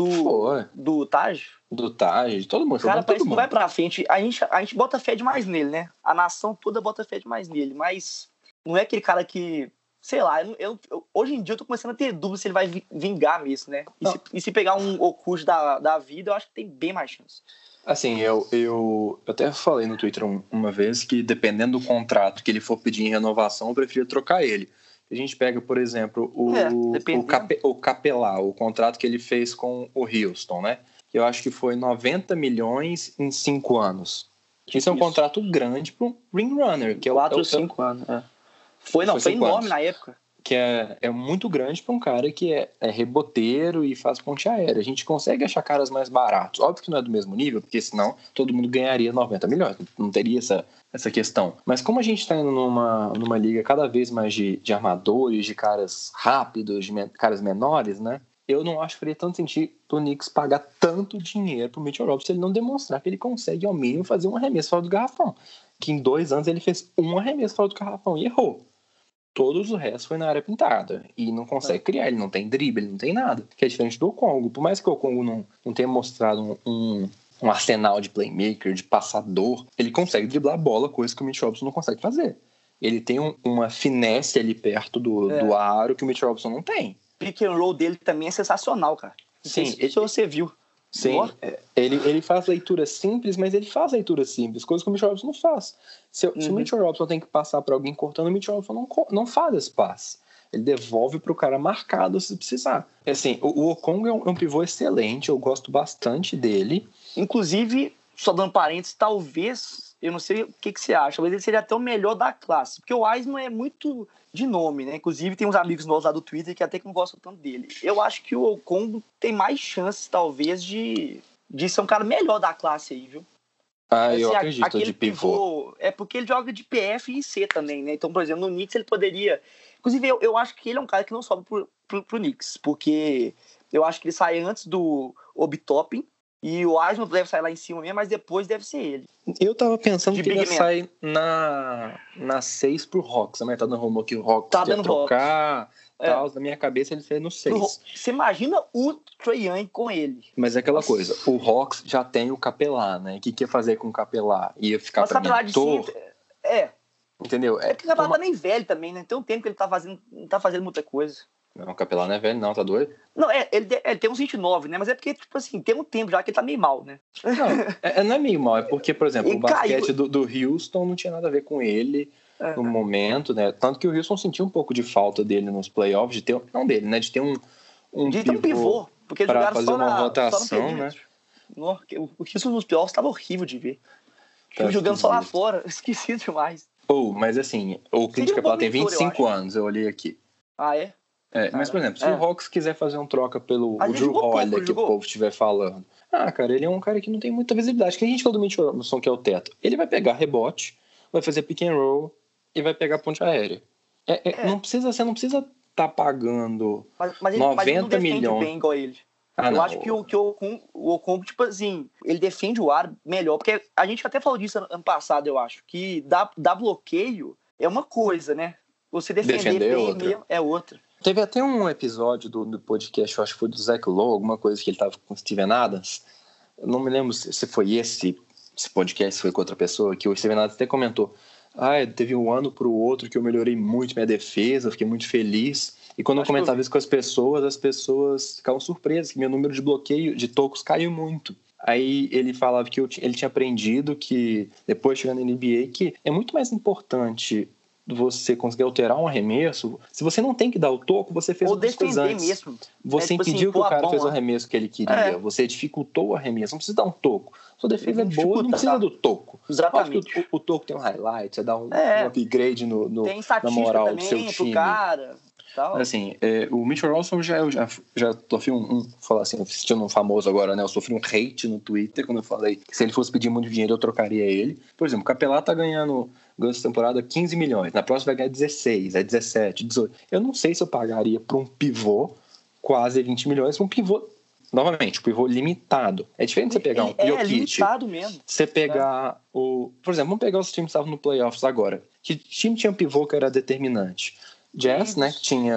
do Taj. Do Taj, de todo mundo. Cara, parece que não vai pra frente. A gente bota fé demais nele, né? A nação toda bota fé demais nele, mas não é aquele cara que... Sei lá, hoje em dia eu tô começando a ter dúvida se ele vai vingar mesmo, né? E se pegar um Okuji da vida, eu acho que tem bem mais chance. Assim, eu até falei no Twitter uma vez que dependendo do contrato que ele for pedir em renovação, eu preferia trocar ele. A gente pega, por exemplo, o Capelá, o contrato que ele fez com o Houston, né? Eu acho que foi 90 milhões em 5 anos. Isso é um contrato grande para um ring runner. Que 4 ou 5 anos, Foi enorme na época. Que é muito grande para um cara que é reboteiro e faz ponte aérea. A gente consegue achar caras mais baratos. Óbvio que não é do mesmo nível, porque senão todo mundo ganharia 90 milhões. Não teria essa questão. Mas como a gente está indo numa liga cada vez mais de armadores, de caras rápidos, de caras menores, né? Eu não acho que faria tanto sentido o Knicks pagar tanto dinheiro pro Mitchell Robinson se ele não demonstrar que ele consegue, ao mínimo, fazer um arremesso fora do garrafão. Que em 2 anos ele fez um arremesso fora do garrafão e errou. Todos o resto foi na área pintada. E não consegue criar, ele não tem drible, ele não tem nada. Que é diferente do Okongo. Por mais que o Okongo não tenha mostrado um arsenal de playmaker, de passador, ele consegue driblar a bola, coisa que o Mitch Robinson não consegue fazer. Ele tem uma finesse ali perto do aro que o Mitch Robinson não tem. O pick and roll dele também é sensacional, cara. Sim, se você viu. Sim, ele faz leitura simples, mas ele faz leitura simples, coisas que o Mitchell Robinson não faz. Se o Mitchell Robinson tem que passar para alguém cortando, o Mitchell Robinson não faz esse passe. Ele devolve para o cara marcado se precisar. Assim, o Okongwu é um pivô excelente, eu gosto bastante dele. Inclusive, só dando parênteses, talvez, eu não sei o que você acha, mas ele seria até o melhor da classe, porque o Wiseman é muito de nome, né? Inclusive, tem uns amigos nossos lá do Twitter que até que não gostam tanto dele. Eu acho que o Okongwu tem mais chances, talvez, de ser um cara melhor da classe aí, viu? Eu acredito, de pivô. É porque ele joga de PF e C também, né? Então, por exemplo, no Knicks ele poderia... Inclusive, eu acho que ele é um cara que não sobe pro Knicks, porque eu acho que ele sai antes do Obi-Toppin, e o Wiseman deve sair lá em cima mesmo, mas depois deve ser ele. Eu tava pensando que ele ia sair na 6 pro Hawks. A metade rumor que o Hawks ia trocar, tal. Na minha cabeça ele saiu no 6. Você imagina o Trae Young com ele. Mas é aquela coisa, o Hawks já tem o Capelá, né? O que ia fazer com o Capelá? Ia ficar pra mentor? Entendeu? É porque o Capelá tá meio velho também, né? Tem um tempo que ele não tá fazendo muita coisa. Não, o Capelá não é velho, não, tá doido? Não, ele tem uns 29, né? Mas é porque, tipo assim, tem um tempo já que ele tá meio mal, né? Não é meio mal, é porque, por exemplo, o basquete do Houston não tinha nada a ver com ele no momento, né? Tanto que o Houston sentiu um pouco de falta dele nos playoffs, de ter, não dele, né? De ter um pivô, porque eles jogaram fazer só uma rotação, né? O Houston nos playoffs tava horrível de ver. Jogando só lá fora, esqueci demais. Mas assim, o Clint Capela tem 25 anos, eu olhei aqui. Ah, é? Mas, por exemplo, se o Hawks quiser fazer uma troca pelo Drew Holiday, que o povo estiver falando, cara, ele é um cara que não tem muita visibilidade. Que a gente falou do Mitchell Robinson, que é o teto. Ele vai pegar rebote, vai fazer pick and roll e vai pegar ponte aérea. Não precisa tá pagando mas 90 milhões. Bem igual ele. Eu acho que o Okongwu, tipo assim, ele defende o ar melhor, porque a gente até falou disso ano passado, eu acho, que dar bloqueio é uma coisa, né? Você defender bem mesmo é outra. Teve até um episódio do podcast, eu acho que foi do Zach Lowe, alguma coisa que ele tava com o Steven Adams. Eu não me lembro se foi esse podcast, se foi com outra pessoa, que o Steven Adams até comentou. Teve um ano pro outro que eu melhorei muito minha defesa, fiquei muito feliz. E quando eu comentava isso com as pessoas ficavam surpresas, que meu número de bloqueio, de tocos caiu muito. Aí ele falava que ele tinha aprendido que, depois chegando na NBA, que é muito mais importante você conseguir alterar um arremesso. Se você não tem que dar o toco, você fez outras coisas antes. Mesmo. Você impediu que o cara fez o arremesso que ele queria. Você dificultou o arremesso. Não precisa dar um toco. Sua defesa é boa, não precisa do toco. Exatamente. O toco tem um highlight, você dá um upgrade na moral do seu time. Cara. Mas assim, o Mitchell Robinson já sofri falar assim, assistindo um famoso agora, né? Eu sofri um hate no Twitter quando eu falei que se ele fosse pedir muito dinheiro eu trocaria ele. Por exemplo, o Capelá tá ganhando essa temporada 15 milhões, na próxima vai ganhar 16, 17, 18. Eu não sei se eu pagaria para um pivô quase 20 milhões, para um pivô, novamente, um pivô limitado. É diferente você pegar um Jokic. Limitado mesmo. Você pegar por exemplo, vamos pegar os times que estavam no playoffs agora. Que time tinha um pivô que era determinante? Jazz, né,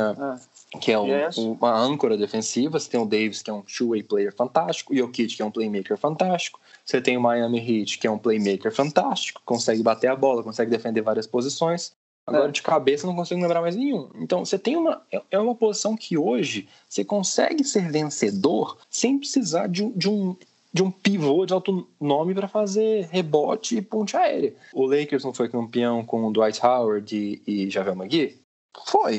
que é uma âncora defensiva. Você tem o Davis, que é um two-way player fantástico, o Jokic, que é um playmaker fantástico. Você tem o Miami Heat, que é um playmaker fantástico, consegue bater a bola, consegue defender várias posições. Agora, de cabeça, não consigo lembrar mais nenhum. Então, você tem uma posição que hoje você consegue ser vencedor sem precisar de um pivô de alto nome para fazer rebote e ponte aérea. O Lakers não foi campeão com o Dwight Howard e JaVale McGee? Foi.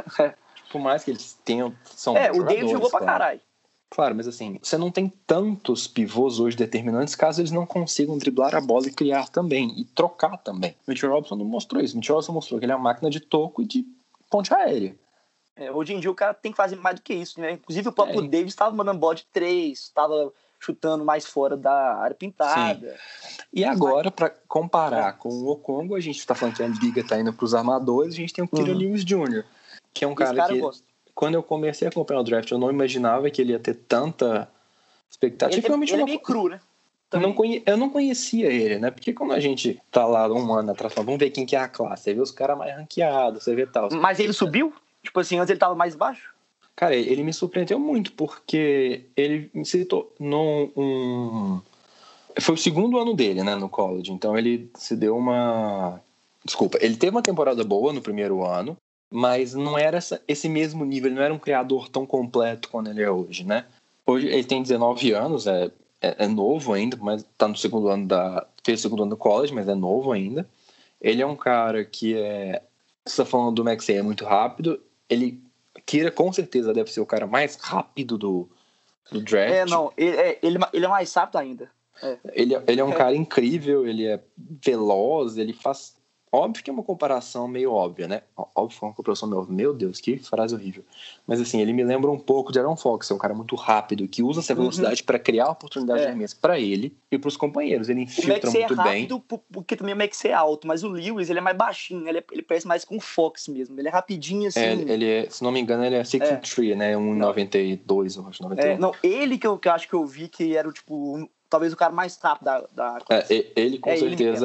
Por mais que eles são bons jogadores. O Davis jogou pra caralho. Claro, mas assim, você não tem tantos pivôs hoje determinantes caso eles não consigam driblar a bola e criar também, e trocar também. O Mitchell Robinson não mostrou isso. O Mitchell Robinson mostrou que ele é uma máquina de toco e de ponte aérea. Hoje em dia o cara tem que fazer mais do que isso, né? Inclusive o próprio Davis estava mandando bola de 3, estava chutando mais fora da área pintada. Sim. E agora, para comparar com o Okongwu, a gente está falando que a liga está indo para os armadores, a gente tem o Kira Lewis Jr., que é um cara que, quando eu comecei a acompanhar o draft, eu não imaginava que ele ia ter tanta expectativa. Ele é meio cru, né? Eu não conhecia ele, né? Porque quando a gente tá lá um ano atrás, vamos ver quem que é a classe, você vê os caras mais ranqueados, você vê tal. Mas ele subiu? Tipo assim, antes ele tava mais baixo? Cara, ele me surpreendeu muito, porque ele se tornou foi o segundo ano dele, né, no college. Então ele se deu uma... Desculpa, ele teve uma temporada boa no primeiro ano, mas não era esse mesmo nível, ele não era um criador tão completo quanto ele é hoje, né? Hoje ele tem 19 anos, é novo ainda, mas tá no segundo ano fez o segundo ano do college, mas é novo ainda. Ele é um cara que você tá falando do Maxey, é muito rápido. Kira com certeza deve ser o cara mais rápido do draft. Não, ele é mais rápido ainda. Ele é um cara incrível, ele é veloz, ele faz... Óbvio que é uma comparação meio óbvia, né? Óbvio que é uma comparação meio óbvia. Meu Deus, que frase horrível. Mas assim, ele me lembra um pouco de Aaron Fox, é um cara muito rápido, que usa essa velocidade para criar oportunidade de arremesso para ele e para os companheiros. Ele infiltra muito bem. O Maxey é rápido porque também o Maxey é alto, mas o Lewis, ele é mais baixinho, ele parece mais com o Fox mesmo. Ele é rapidinho assim. Se não me engano, ele é 6'3", né? 1,92, eu acho. 91. Não, ele que eu acho que eu vi que era talvez o cara mais rápido da classe. Ele com certeza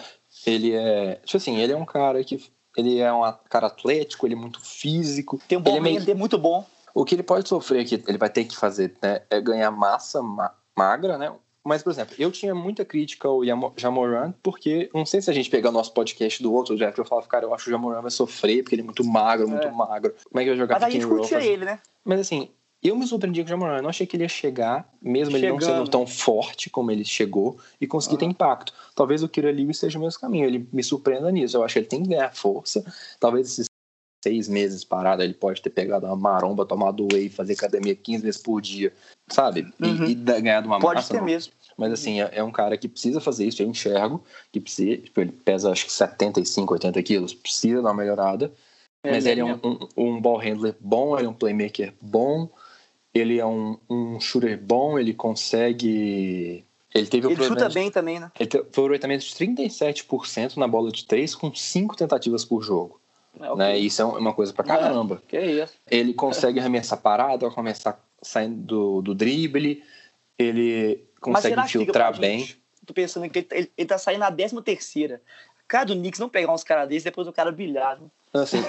Ele tipo assim, ele é um cara que ele é um cara atlético, ele é muito físico. Tem um bom render muito bom. O que ele pode sofrer aqui, ele vai ter que fazer, né, é ganhar massa magra, né? Mas, por exemplo, eu tinha muita crítica ao Ja Morant, porque, não sei se a gente pegar o nosso podcast do outro draft, eu falava, cara, eu acho que o Ja Morant vai sofrer, porque ele é muito magro, muito magro. Como é que vai jogar pick and roll? Mas a gente curtia ele, né? Mas assim, eu me surpreendi com o Ja Morant, eu não achei que ele ia chegar, mesmo ele não sendo tão forte como ele chegou, e conseguir ter impacto. Talvez o Kira Lewis seja o mesmo caminho, ele me surpreenda nisso. Eu acho que ele tem que ganhar força, talvez esses 6 meses parado, ele pode ter pegado uma maromba, tomado whey, fazer academia 15 vezes por dia, sabe? E ganhar uma pode massa. Pode ter mesmo. Mas assim, é um cara que precisa fazer isso, eu enxergo, que precisa, tipo, ele pesa acho que 75, 80 quilos, precisa dar uma melhorada, mas ele é um ball handler bom, ele é um playmaker bom, ele é um shooter bom, ele consegue... Ele chuta bem também, né? Ele teve um aproveitamento de 37% na bola de 3 com 5 tentativas por jogo. Né? Isso é uma coisa pra caramba. Que isso. Ele consegue arremessar parado, começar saindo do drible, ele consegue infiltrar bem. Tô pensando que ele tá saindo na 13ª. Cara do Knicks não pegar uns caras desses, depois o cara brilhar. Assim,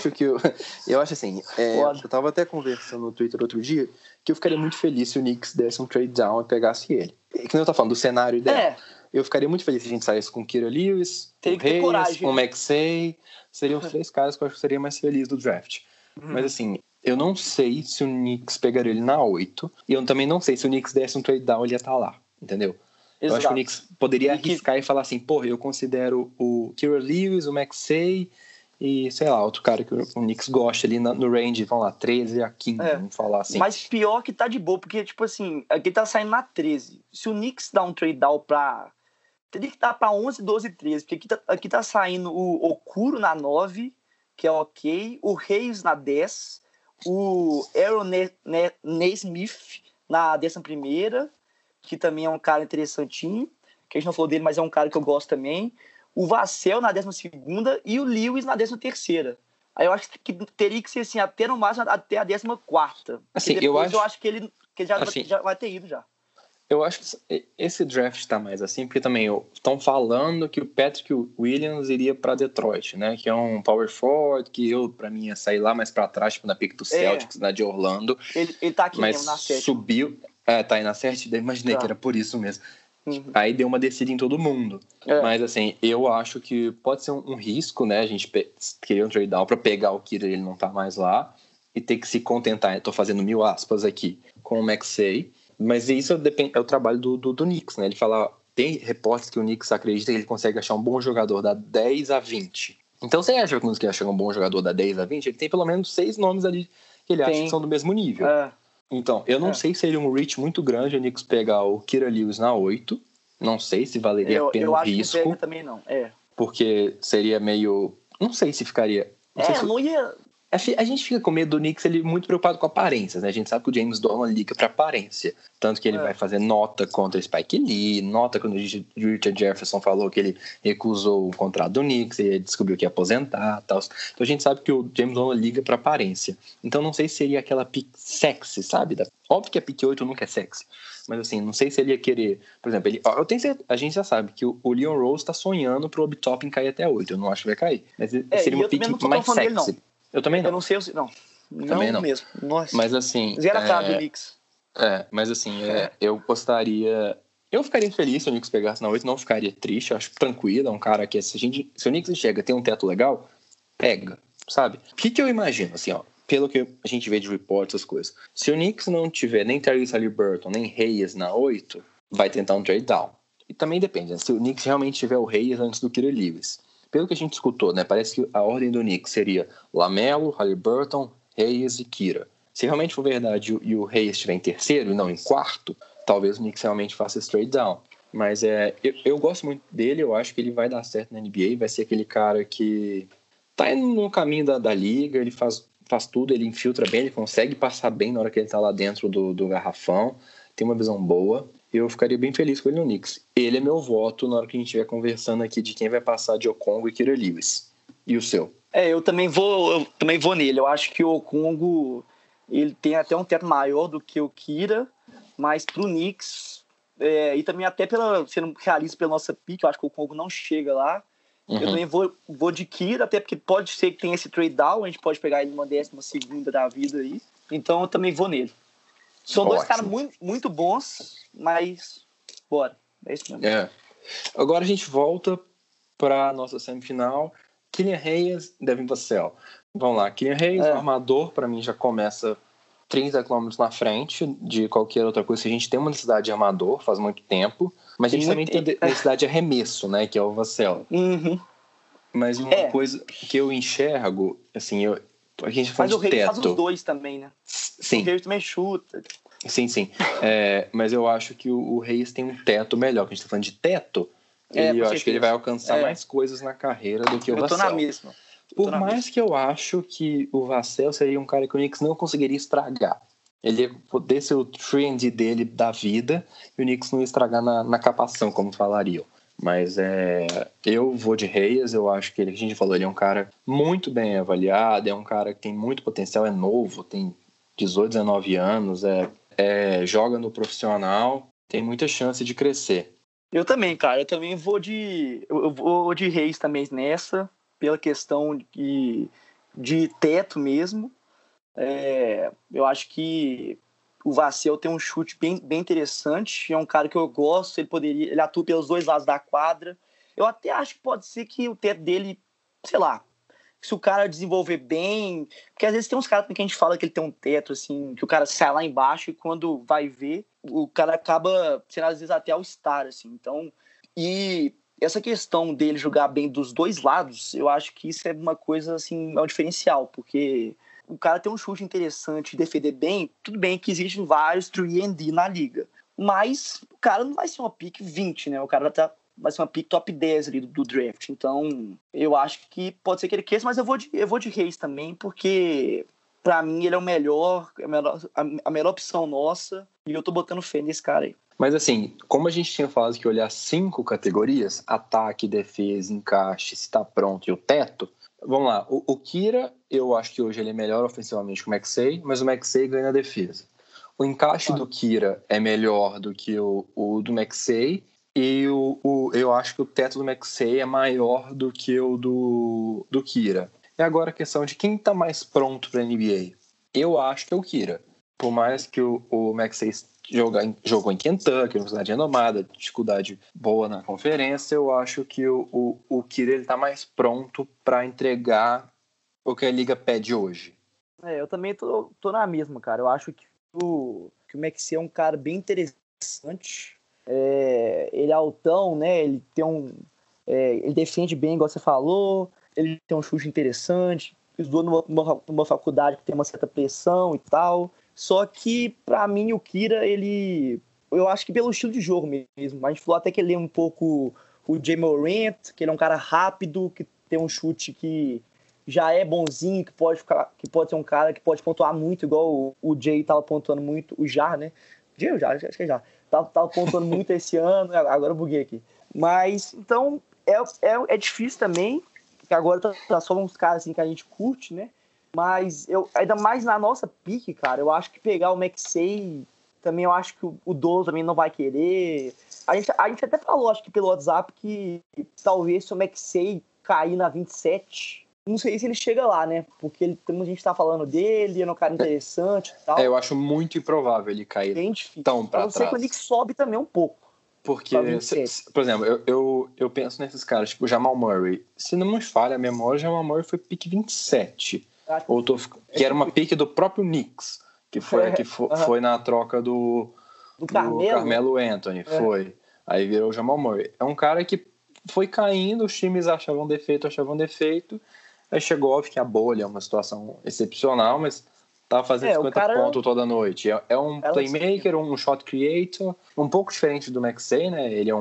eu acho assim, eu tava até conversando no Twitter outro dia, que eu ficaria muito feliz se o Knicks desse um trade down e pegasse ele. Que eu tô falando do cenário ideal. Eu ficaria muito feliz se a gente saísse com o Kira Lewis, o Hayes, com o Maxey. Seriam os 3 caras que eu acho que seria mais feliz do draft. Mas assim, eu não sei se o Knicks pegaria ele na 8. E eu também não sei se o Knicks desse um trade down, ele ia estar lá. Entendeu? Exato. Eu acho que o Knicks poderia arriscar e falar assim, porra, eu considero o Kira Lewis, o Maxey e, sei lá, outro cara que o Knicks gosta ali no range, vamos lá, 13 a 15, vamos falar assim. Mas pior que tá de boa, porque, tipo assim, aqui tá saindo na 13. Se o Knicks dá um trade down teria que estar pra 11, 12, 13, porque aqui tá saindo o Okuro na 9, que é ok, o Hayes na 10, o Aaron Nesmith na 11ª, que também é um cara interessantinho, que a gente não falou dele, mas é um cara que eu gosto também, o Vassell na 12ª e o Lewis na 13ª. Aí eu acho que teria que ser assim, até no máximo até a 14ª. Assim, eu acho que ele já vai ter ido já. Eu acho que esse draft tá mais assim, porque também estão falando que o Patrick Williams iria para Detroit, né? Que é um power forward, que pra mim ia sair lá mais para trás, tipo na pick do Celtics, na de Orlando. Ele tá aqui mas mesmo, na 7. Subiu, tá aí na 7, daí imaginei que era por isso mesmo. Aí deu uma descida em todo mundo. Mas assim, eu acho que pode ser um risco, né? A gente querer um trade down pra pegar o Kira, ele não tá mais lá, e ter que se contentar, eu tô fazendo 1000 aspas aqui, com o Maxey. Mas isso é o trabalho do Knicks, né? Ele fala, tem repórteres que o Knicks acredita que ele consegue achar um bom jogador da 10 a 20. Então você acha que o Knicks achar um bom jogador da 10 a 20? Ele tem pelo menos 6 nomes ali que ele acha que são do mesmo nível. Então, eu não sei se seria um reach muito grande o Knicks pegar o Kira Lewis na 8. Não sei se valeria a pena o risco. Eu acho que também não. Porque seria meio... Não sei se ficaria... Não ia... A gente fica com medo do Knicks, ele é muito preocupado com aparências, né? A gente sabe que o James Dolan liga pra aparência. Tanto que ele vai fazer nota contra o Spike Lee, nota quando o Richard Jefferson falou que ele recusou o contrato do Knicks, e descobriu que ia aposentar e tal. Então a gente sabe que o James Dolan liga pra aparência. Então não sei se seria aquela pick sexy, sabe? Óbvio que a pick 8 nunca é sexy. Mas assim, não sei se ele ia querer... Por exemplo, a gente já sabe que o Leon Rose tá sonhando pro Obi Toppin cair até 8. Eu não acho que vai cair. Mas seria uma pick mais sexy. Eu também não. Eu não sei se... Não. Também não mesmo. Nossa. Mas assim... Zero a cara do Knicks. Mas assim, eu gostaria... Eu ficaria feliz se o Knicks pegasse na 8, não ficaria triste. Eu acho tranquilo, é um cara que... Se o Knicks chega, tem um teto legal, pega, sabe? O que eu imagino, assim, ó... pelo que a gente vê de reports, essas coisas, se o Knicks não tiver nem Tyrese Haliburton, nem Hayes na 8, vai tentar um trade down. E também depende, né? Se o Knicks realmente tiver o Hayes antes do Kira Lewis. Pelo que a gente escutou, né? Parece que a ordem do Knicks seria Lamelo, Haliburton, Hayes e Kira. Se realmente for verdade e o Hayes estiver em terceiro e não em quarto, talvez o Knicks realmente faça esse trade down. Mas eu gosto muito dele, eu acho que ele vai dar certo na NBA, vai ser aquele cara que tá indo no caminho da liga, ele faz tudo, ele infiltra bem, ele consegue passar bem na hora que ele tá lá dentro do garrafão, tem uma visão boa. Eu ficaria bem feliz com ele no Knicks. Ele é meu voto na hora que a gente estiver conversando aqui de quem vai passar de Okongwu e Kira Lewis. E o seu? Eu também vou nele. Eu acho que o Okongwu, ele tem até um teto maior do que o Kira, mas pro Knicks, e também até sendo realista pela nossa pick, eu acho que o Okongwu não chega lá. Eu também vou de Kira, até porque pode ser que tenha esse trade down, a gente pode pegar ele numa 12ª da vida aí. Então eu também vou nele. São dois caras muito, muito bons, mas bora. É isso mesmo. Agora a gente volta para a nossa semifinal. Killian Hayes, Devin Vassell. Vamos lá, Killian Hayes, o armador, para mim já começa 30 km na frente de qualquer outra coisa. Se a gente tem uma necessidade de armador, faz muito tempo, mas a gente também tem necessidade de arremesso, né, que é o Vassell. Mas uma coisa que eu enxergo, assim, a gente faz de teto. Faz os dois também, né? Sim. O Reis também chuta. Sim. Mas eu acho que o Reis tem um teto melhor. Que a gente tá falando de teto, eu acho que ele vai alcançar mais coisas na carreira do que o Vassell. Eu tô na mesma. Por mais que eu acho que o Vassell seria um cara que o Knicks não conseguiria estragar. Ele poderia ser o trend dele da vida e o Knicks não ia estragar na capação, como falariam. Mas eu vou de Hayes, eu acho que ele, a gente falou, ele é um cara muito bem avaliado, é um cara que tem muito potencial, é novo, tem 18, 19 anos, joga no profissional, tem muita chance de crescer. Eu também, cara, eu vou de Hayes também nessa, pela questão de teto mesmo. Eu acho que o Vassell tem um chute bem interessante, é um cara que eu gosto, ele atua pelos dois lados da quadra. Eu até acho que pode ser que o teto dele, sei lá, se o cara desenvolver bem, porque às vezes tem uns caras que a gente fala que ele tem um teto, assim, que o cara sai lá embaixo e quando vai ver, o cara acaba sendo às vezes até all-star, assim. Então, e essa questão dele jogar bem dos dois lados, eu acho que isso é uma coisa, assim, é um diferencial, porque o cara tem um chute interessante, defender bem, tudo bem que existem vários 3&D na liga, mas o cara não vai ser uma pick 20, né? O cara vai ser uma pick top 10 ali do draft. Então, eu acho que pode ser que ele queira, mas eu vou de Reis também, porque pra mim ele é a melhor opção nossa, e eu tô botando fé nesse cara aí. Mas assim, como a gente tinha falado que olhar 5 categorias, ataque, defesa, encaixe, se tá pronto e o teto, vamos lá, o Kira, eu acho que hoje ele é melhor ofensivamente que o Maxey, mas o Maxey ganha na defesa. O encaixe do Kira é melhor do que o do Maxey, e eu acho que o teto do Maxey é maior do que o do Kira. E agora a questão de quem está mais pronto para a NBA. Eu acho que é o Kira. Por mais que o Maxey jogou em Kentucky, universidade renomada, dificuldade boa na conferência, eu acho que o Kira está mais pronto para entregar o que a liga pede hoje. Eu também tô na mesma, cara. Eu acho que o Maxey é um cara bem interessante. Ele é altão, né? Ele tem ele defende bem, igual você falou. Ele tem um chute interessante. Estudou numa faculdade que tem uma certa pressão e tal. Só que, pra mim, o Kira, eu acho que pelo estilo de jogo mesmo. A gente falou até que ele é um pouco o Ja Morant, que ele é um cara rápido, que tem um chute que já é bonzinho, que pode ser um cara que pode pontuar muito, igual o Jay tava pontuando muito, o Jar, né? Jay ou Jar? Acho que é Jar. Tava pontuando muito esse ano, agora eu buguei aqui. Mas, então, é difícil também, porque agora tá só uns caras assim que a gente curte, né? Mas, ainda mais na nossa pique, cara, eu acho que pegar o Maxey, também eu acho que o Dolo também não vai querer. A gente até falou, acho que pelo WhatsApp, que talvez se o Maxey cair na 27... Não sei se ele chega lá, né? Porque a gente tá falando dele, é um cara interessante e tal. Eu acho muito improvável ele cair tão pra trás. Eu sei que o Knicks sobe também um pouco. Porque, por exemplo, eu penso nesses caras, tipo o Jamal Murray. Se não me falha a memória, o Jamal Murray foi pick 27. Que era uma pick do próprio Knicks, que foi na troca do Carmelo Anthony. Foi. Aí virou o Jamal Murray. É um cara que foi caindo, os times achavam defeito. Aí chegou, óbvio que a bolha é uma situação excepcional, mas tava fazendo 50 pontos toda noite. É um playmaker, um shot creator, um pouco diferente do Maxey, né? Ele é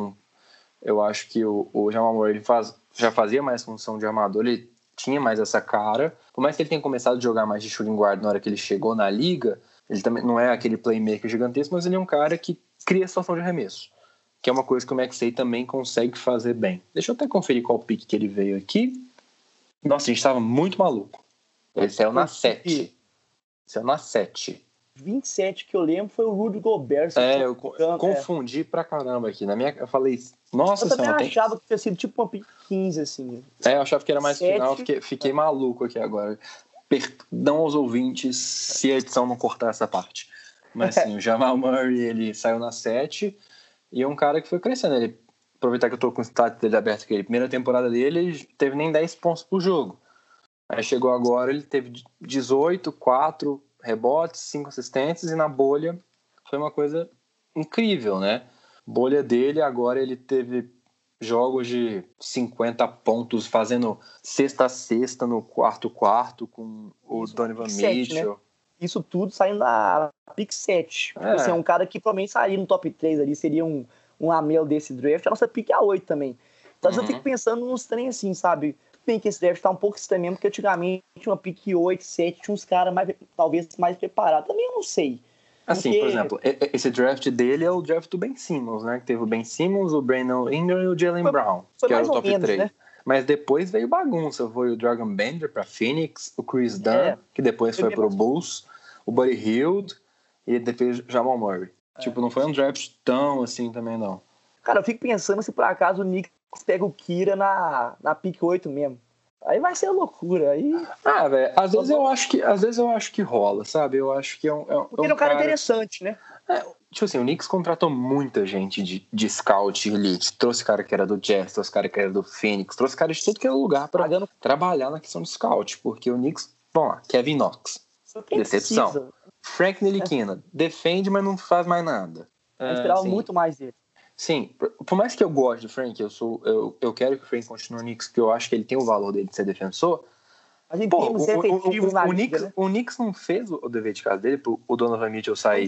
eu acho que o Jamal Murray já fazia mais função de armador, ele tinha mais essa cara. Por mais que ele tenha começado a jogar mais de shooting guard na hora que ele chegou na liga, ele também não é aquele playmaker gigantesco, mas ele é um cara que cria situação de arremesso, que é uma coisa que o Maxey também consegue fazer bem. Deixa eu até conferir qual pick que ele veio aqui. Nossa, a gente estava muito maluco. Ele saiu na 7. Saiu na 7. 27 que eu lembro foi o Rudy Gobert. Eu confundi pra caramba aqui. Eu falei, nossa senhora. Eu também achava que tinha sido tipo uma pick 15, assim. Eu achava que era mais 7. Final, fiquei maluco aqui agora. Perdão aos ouvintes se a edição não cortar essa parte. Mas sim, o Jamal Murray, ele saiu na 7 e é um cara que foi crescendo. Ele, aproveitar que eu tô com o status dele aberto aqui, a primeira temporada dele, ele teve nem 10 pontos por jogo. Aí chegou agora, ele teve 18, 4 rebotes, 5 assistências, e na bolha foi uma coisa incrível, né? Bolha dele, agora ele teve jogos de 50 pontos, fazendo sexta a sexta no quarto com o Donovan Mitchell. Né? Isso tudo saindo da pick 7. Assim, é um cara que provavelmente sairia no top 3 ali, seria um amel desse draft. A nossa pick é a 8 também. Então eu fico pensando nos trem assim, sabe? Bem que esse draft tá um pouco estranho mesmo, porque antigamente uma pick 8, 7, tinha uns caras talvez mais preparados. Também eu não sei. Assim, por exemplo, esse draft dele é o draft do Ben Simmons, né? Que teve o Ben Simmons, o Brandon Ingram e o Jaylen Brown, que era o top 3. Né? Mas depois veio bagunça. Foi o Dragon Bender pra Phoenix, o Chris Dunn, que depois foi pro Bulls, o Buddy Hield e depois o Jamal Murray. Tipo, não foi um draft tão assim também, não. Cara, eu fico pensando se por acaso o Knicks pega o Kira na pick 8 mesmo. Aí vai ser loucura. Aí... velho, às vezes eu acho que rola, sabe? Eu acho que porque ele é um cara interessante, né? Tipo assim, o Knicks contratou muita gente de scout elite. Trouxe cara que era do Jazz, trouxe cara que era do Phoenix, trouxe cara de tudo que era lugar pra trabalhar na questão de scout. Porque o Knicks, vamos lá, Kevin Knox, decepção. Precisa. Frank Ntilikina, defende, mas não faz mais nada. Eu esperava muito mais dele. Sim, por mais que eu goste do Frank, eu quero que o Frank continue no Knicks, porque eu acho que ele tem o valor dele de ser defensor. A gente tem os efetivos na liga, né? O Knicks não fez o dever de casa dele, o Donovan Mitchell sair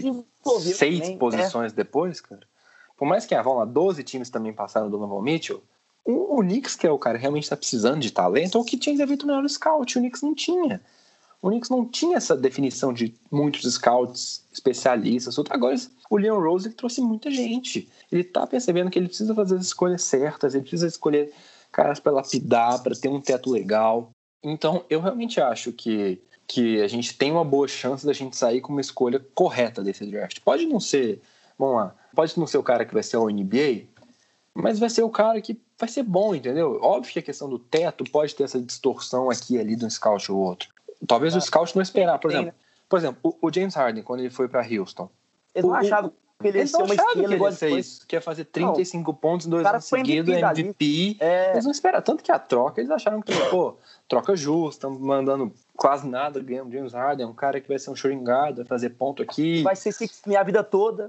6 posições depois, cara. Por mais que, vamos lá, 12 times também passaram o Donovan Mitchell, o Knicks, que é o cara que realmente está precisando de talento, ou que tinha que ter feito o melhor scout, o Knicks não tinha. O Knicks não tinha essa definição de muitos scouts especialistas. Agora, o Leon Rose ele trouxe muita gente. Ele está percebendo que ele precisa fazer as escolhas certas, ele precisa escolher caras para lapidar, para ter um teto legal. Então, eu realmente acho que a gente tem uma boa chance da gente sair com uma escolha correta desse draft. Pode não ser, vamos lá, pode não ser o cara que vai ser o NBA, mas vai ser o cara que vai ser bom, entendeu? Óbvio que a questão do teto pode ter essa distorção aqui e ali de um scout ou outro. Talvez o scout não esperar, por exemplo, o James Harden, quando ele foi para Houston. Eles não achavam que ele ia ser uma estrela igual isso. Quer fazer 35 pontos em 2 anos seguidos, MVP. Eles não esperaram. Tanto que a troca, eles acharam que, troca justa, estão mandando quase nada, ganhando James Harden, um cara que vai ser um shooting guard, vai fazer ponto aqui. Vai ser minha vida toda.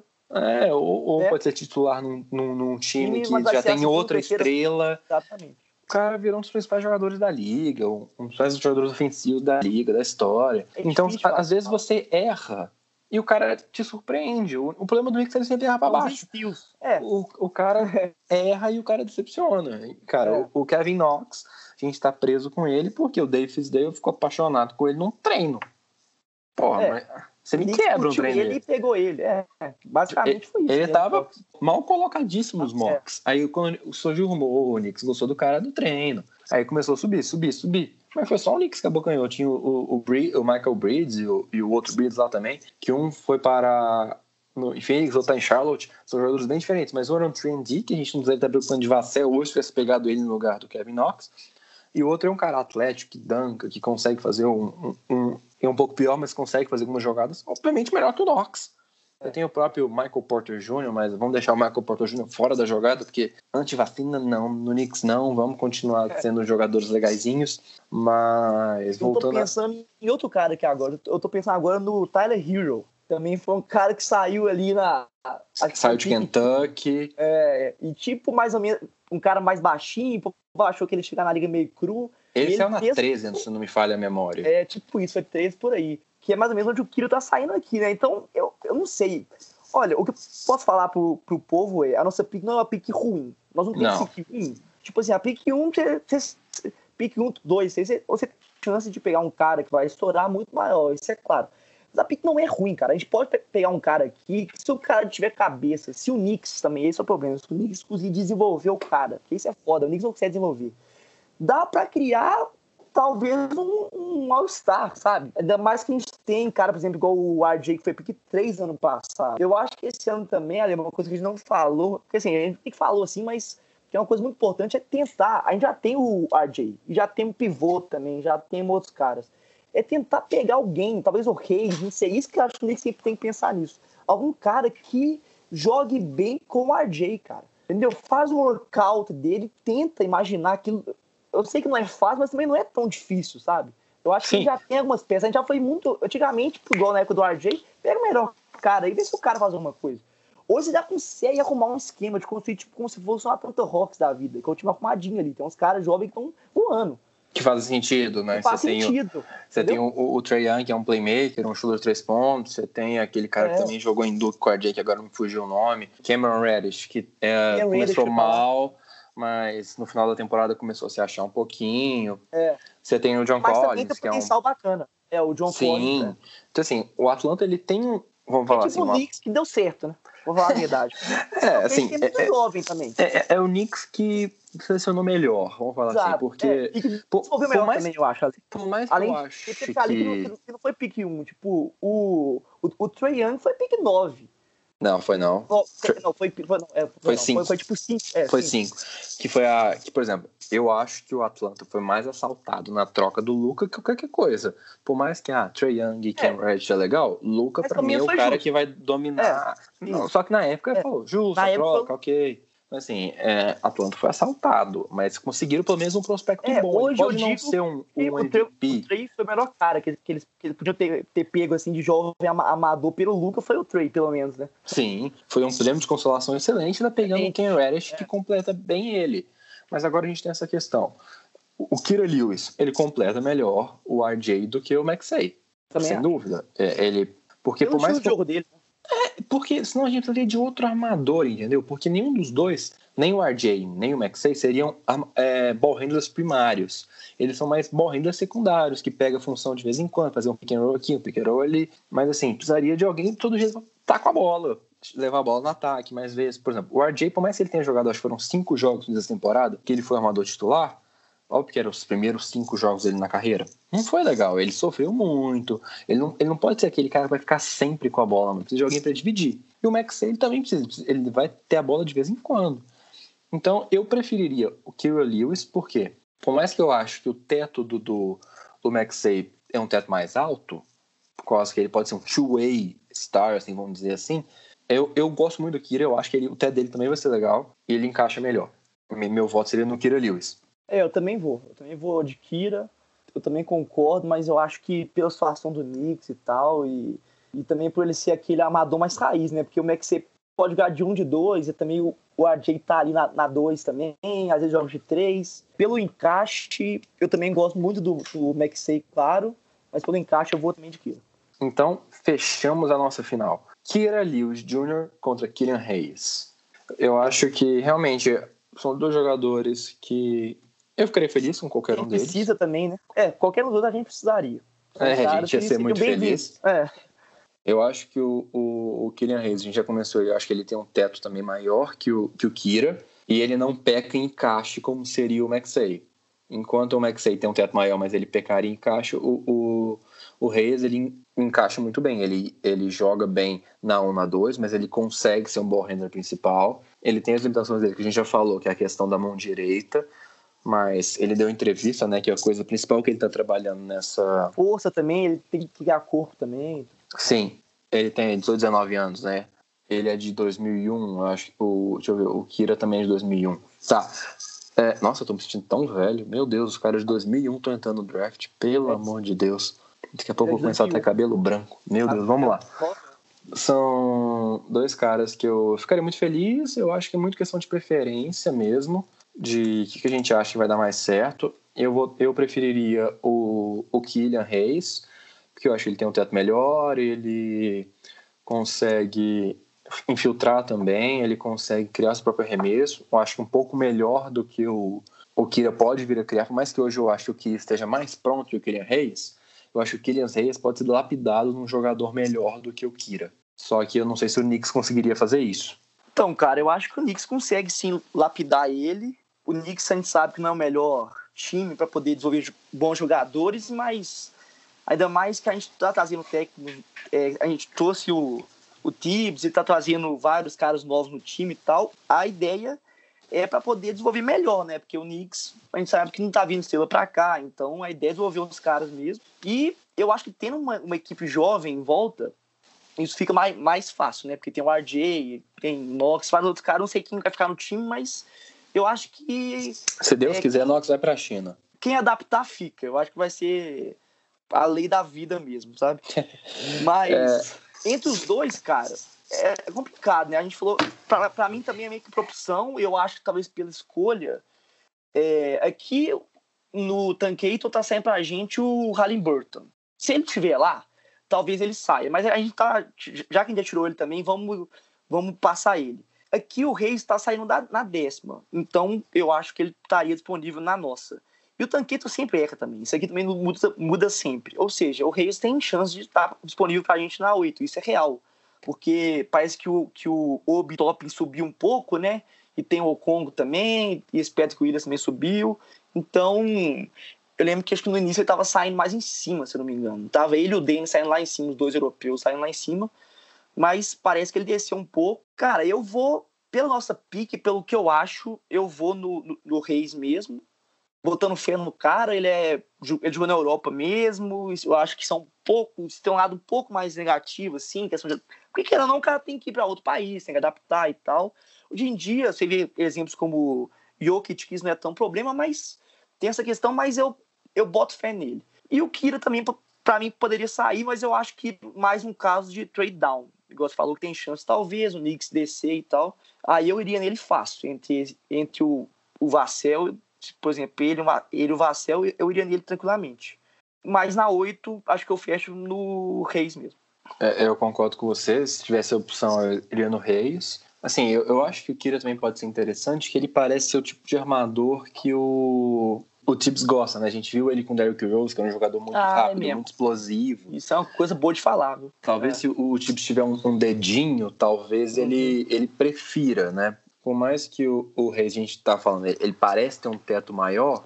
Ou pode ser titular num time que já tem outra estrela. Exatamente. O cara virou um dos principais jogadores da liga, um dos principais jogadores ofensivos da liga, da história. Então, às vezes você erra e o cara te surpreende. O problema do Knicks é ele sempre errar pra baixo. O cara erra e o cara decepciona. Cara, o Kevin Knox, a gente tá preso com ele porque o Dave Fizdale ficou apaixonado com ele num treino. Mas você me quebra um treino. Ele pegou ele. Basicamente foi isso. Ele tava mal colocadíssimo nos mocks. Aí quando surgiu o rumor, o Knicks gostou do cara do treino. Aí começou a subir. Mas foi só o Knicks que acabou ganhou. Tinha o Michael Bridges e o outro Bridges lá também, que um foi para em Phoenix, outro tá em Charlotte. São jogadores bem diferentes. Mas o Aaron Trendy, que a gente não deve estar preocupando de Vassell hoje, tivesse pegado ele no lugar do Kevin Knox. E o outro é um cara atlético, que danca, que consegue fazer um pouco pior, mas consegue fazer algumas jogadas, obviamente melhor que o Knox. Você tem o próprio Michael Porter Jr., mas vamos deixar o Michael Porter Jr. fora da jogada, porque anti-vacina não, no Knicks não, vamos continuar sendo jogadores legaizinhos, mas Eu tô pensando em outro cara aqui agora, eu tô pensando agora no Tyler Hero, também foi um cara que saiu ali saiu de Kentucky. E tipo, mais ou menos, um cara mais baixinho, achou que ele chegar na liga meio cru. Ele saiu na 13, se não me falha a memória. Tipo isso, foi 13 por aí. Que é mais ou menos onde o Kiro tá saindo aqui, né? Então, eu não sei. Olha, o que eu posso falar pro povo a nossa pick não é uma pick ruim. Nós não temos pick ruim. Tipo assim, a pick 1, pick 1, 2, você tem chance de pegar um cara que vai estourar muito maior, isso é claro. Mas a pick não é ruim, cara. A gente pode pegar um cara aqui, se o cara tiver cabeça, se o Knicks também, esse é o problema, se o Knicks conseguir desenvolver o cara, que isso é foda, o Knicks não consegue desenvolver. Dá pra criar talvez um All-Star, sabe? Ainda mais que a gente tem, cara, por exemplo, igual o RJ, que foi pick 3 ano passado. Eu acho que esse ano também, é uma coisa que a gente não falou, porque assim, a gente falou assim, mas que é uma coisa muito importante, é tentar. A gente já tem o RJ, e já tem o pivô também, já tem outros caras. É tentar pegar alguém, talvez o Reis, não sei, isso que eu acho que o Knicks sempre tem que pensar nisso. Algum cara que jogue bem com o RJ, cara. Entendeu? Faz um workout dele, tenta imaginar aquilo. Eu sei que não é fácil, mas também não é tão difícil, sabe? Eu acho que já tem algumas peças. A gente já foi muito... Antigamente, igual na época do RJ, pega o melhor cara e vê se o cara faz alguma coisa. Hoje você já consegue arrumar um esquema de construir tipo como se fosse uma Atlanta Hawks da vida, que é um time arrumadinho ali. Tem uns caras jovens que estão voando. Que faz sentido, né? Você tem o Trae Young, que é um playmaker, um shooter 3 pontos. Você tem aquele cara que também jogou em Duke com a RJ, que agora me fugiu o nome. Cameron Reddish, que começou mal, mas no final da temporada começou a se achar um pouquinho. Você tem o John Collins, que é um potencial bacana. O John Collins. Sim. Então, assim, o Atlanta, ele tem... Vamos falar tipo assim, o Knicks que deu certo, né? Vou falar a verdade. assim... É muito jovem também. É o Knicks que selecionou melhor, vamos falar assim, porque... desenvolveu melhor também, eu acho. Por mais que além eu acho que... Ali que não foi pick 1, tipo, o Trae Young foi pick 9. Não, foi não. Foi 5. Foi tipo 5. Foi 5. Que foi que, por exemplo, eu acho que o Atlanta foi mais assaltado na troca do Luka que qualquer coisa. Por mais que Trae Young e Cam Reddish é legal, Luka pra mim é o cara que vai dominar. Não, só que na época falou, justo, a troca, ok. Assim, Atlanta foi assaltado, mas conseguiram pelo menos um prospecto bom. Hoje pode não ser um MVP. O Trae foi o melhor cara que eles podiam ter pego assim, de jovem amador pelo Luka, foi o Trae, pelo menos, né? Sim, foi um prêmio de consolação excelente, pegando o Ken Reddish, que completa bem ele. Mas agora a gente tem essa questão. O Kira Lewis, ele completa melhor o RJ do que o Maxey. Sem dúvida. Porque por mais que... jogo dele. Porque senão a gente precisaria de outro armador, entendeu? Porque nenhum dos dois, nem o RJ, nem o Maxey, seriam ball handlers primários. Eles são mais ball handlers secundários, que pega a função de vez em quando, fazer um pick and roll aqui, um pick and roll ali. Mas assim, precisaria de alguém que todo jeito tá com a bola, levar a bola no ataque mais vezes. Por exemplo, o RJ, por mais que ele tenha jogado, acho que foram 5 jogos nessa temporada, que ele foi armador titular, óbvio que eram os primeiros 5 jogos dele na carreira. Não foi legal, ele sofreu muito. Ele não pode ser aquele cara que vai ficar sempre com a bola, não precisa de alguém para dividir. E o Maxey, ele também precisa, ele vai ter a bola de vez em quando. Então, eu preferiria o Kira Lewis, porque por mais que eu acho que o teto do Maxey é um teto mais alto, por causa que ele pode ser um two-way star, assim, vamos dizer assim, eu gosto muito do Kira, eu acho que o teto dele também vai ser legal e ele encaixa melhor. Meu voto seria no Kira Lewis. Eu também vou de Kira, eu também concordo, mas eu acho que pela situação do Knicks e tal, e também por ele ser aquele amador mais raiz, né, porque o Maxey pode jogar de 1, de 2, e também o RJ tá ali na 2 também, às vezes joga de 3. Pelo encaixe, eu também gosto muito do Maxey, claro, mas pelo encaixe eu vou também de Kira. Então, fechamos a nossa final. Kira Lewis Jr. contra Killian Hayes. Eu acho que realmente são 2 jogadores que eu ficaria feliz com qualquer um deles. Precisa também, né? Qualquer um dos outros a gente precisaria. A gente ia ser muito feliz. Eu acho que o Killian Hayes, a gente já começou, eu acho que ele tem um teto também maior que o Kira, e ele não peca em encaixe como seria o Maxey. Enquanto o Maxey tem um teto maior, mas ele pecaria em encaixe, o Hayes, ele encaixa muito bem. Ele joga bem na 1, na 2, mas ele consegue ser um ball handler principal. Ele tem as limitações dele, que a gente já falou, que é a questão da mão direita, mas ele deu entrevista, né, que é a coisa principal que ele está trabalhando nessa... Força também, ele tem que criar corpo também. Sim, Ele tem 18, 19 anos, né? Ele é de 2001, eu acho que deixa eu ver, o Kira também é de 2001. Tá. Nossa, eu tô me sentindo tão velho. Meu Deus, os caras de 2001 estão entrando no draft. Pelo amor de Deus. Daqui a pouco eu vou começar a ter cabelo branco. Meu Deus, vamos lá. São dois caras que eu ficaria muito feliz. Eu acho que é muito questão de preferência mesmo, de o que a gente acha que vai dar mais certo. Eu preferiria o Killian Hayes, porque eu acho que ele tem um teto melhor, ele consegue infiltrar também, ele consegue criar seu próprio arremesso. Eu acho que um pouco melhor do que o Kira pode vir a criar, por mais que hoje eu acho que o Kira esteja mais pronto que o Killian Hayes. Eu acho que o Killian Hayes pode ser lapidado num jogador melhor do que o Kira. Só que eu não sei se o Knicks conseguiria fazer isso. Então, cara, eu acho que o Knicks consegue sim lapidar ele. O Knicks a gente sabe que não é o melhor time para poder desenvolver bons jogadores, mas ainda mais que a gente está trazendo técnico, a gente trouxe o Tibbs e está trazendo vários caras novos no time e tal. A ideia é para poder desenvolver melhor, né? Porque o Knicks, a gente sabe que não tá vindo estrela para cá, então a ideia é desenvolver os caras mesmo. E eu acho que tendo uma equipe jovem em volta, isso fica mais fácil, né? Porque tem o RJ, tem o Knox, vários outros caras, não sei quem vai ficar no time, mas eu acho que... Se Deus quiser, Knox vai pra China. Quem adaptar fica. Eu acho que vai ser a lei da vida mesmo, sabe? Mas entre os dois, cara, é complicado, né? A gente falou... Pra mim também é meio que por opção, eu acho que talvez pela escolha, aqui no Tankato tá saindo pra gente o Haliburton. Se ele estiver lá, talvez ele saia. Mas a gente tá... Já que a gente já tirou ele também, vamos passar ele. Aqui o Reis está saindo na 10ª. Então eu acho que ele estaria disponível na nossa. E o Tanqueto sempre erra também. Isso aqui também muda sempre. Ou seja, o Reis tem chance de estar disponível pra gente na 8. Isso é real. Porque parece que o Obi Toppin subiu um pouco, né? E tem o Okongo também. E esse Patrick Williams também subiu. Então... Eu lembro que acho que no início ele tava saindo mais em cima, se eu não me engano. Tava ele e o Dane saindo lá em cima, os dois europeus saindo lá em cima. Mas parece que ele desceu um pouco. Cara, eu vou, pela nossa pique, pelo que eu acho, eu vou no Reis mesmo. Botando fé no cara, ele jogou na Europa mesmo. Eu acho que tem um lado um pouco mais negativo, assim. Porque querendo ou não, o cara tem que ir para outro país, tem que adaptar e tal. Hoje em dia, você vê exemplos como Jokic, que isso não é tão problema, mas tem essa questão, mas eu boto fé nele. E o Kira também, para mim, poderia sair, mas eu acho que mais um caso de trade down. Igual você falou que tem chance, talvez, o Knicks descer e tal. Aí eu iria nele fácil, entre o Vassell, por exemplo, ele e o Vassell, eu iria nele tranquilamente. Mas na 8, acho que eu fecho no Reis mesmo. Eu concordo com você, se tivesse a opção, eu iria no Reis. Assim, eu acho que o Kira também pode ser interessante, que ele parece ser o tipo de armador que o Tibbs gosta, né? A gente viu ele com o Derrick Rose, que é um jogador muito rápido, muito explosivo. Isso é uma coisa boa de falar, viu? Talvez se o Tibbs tiver um dedinho, talvez ele prefira, né? Por mais que o Reis, a gente tá falando, ele parece ter um teto maior,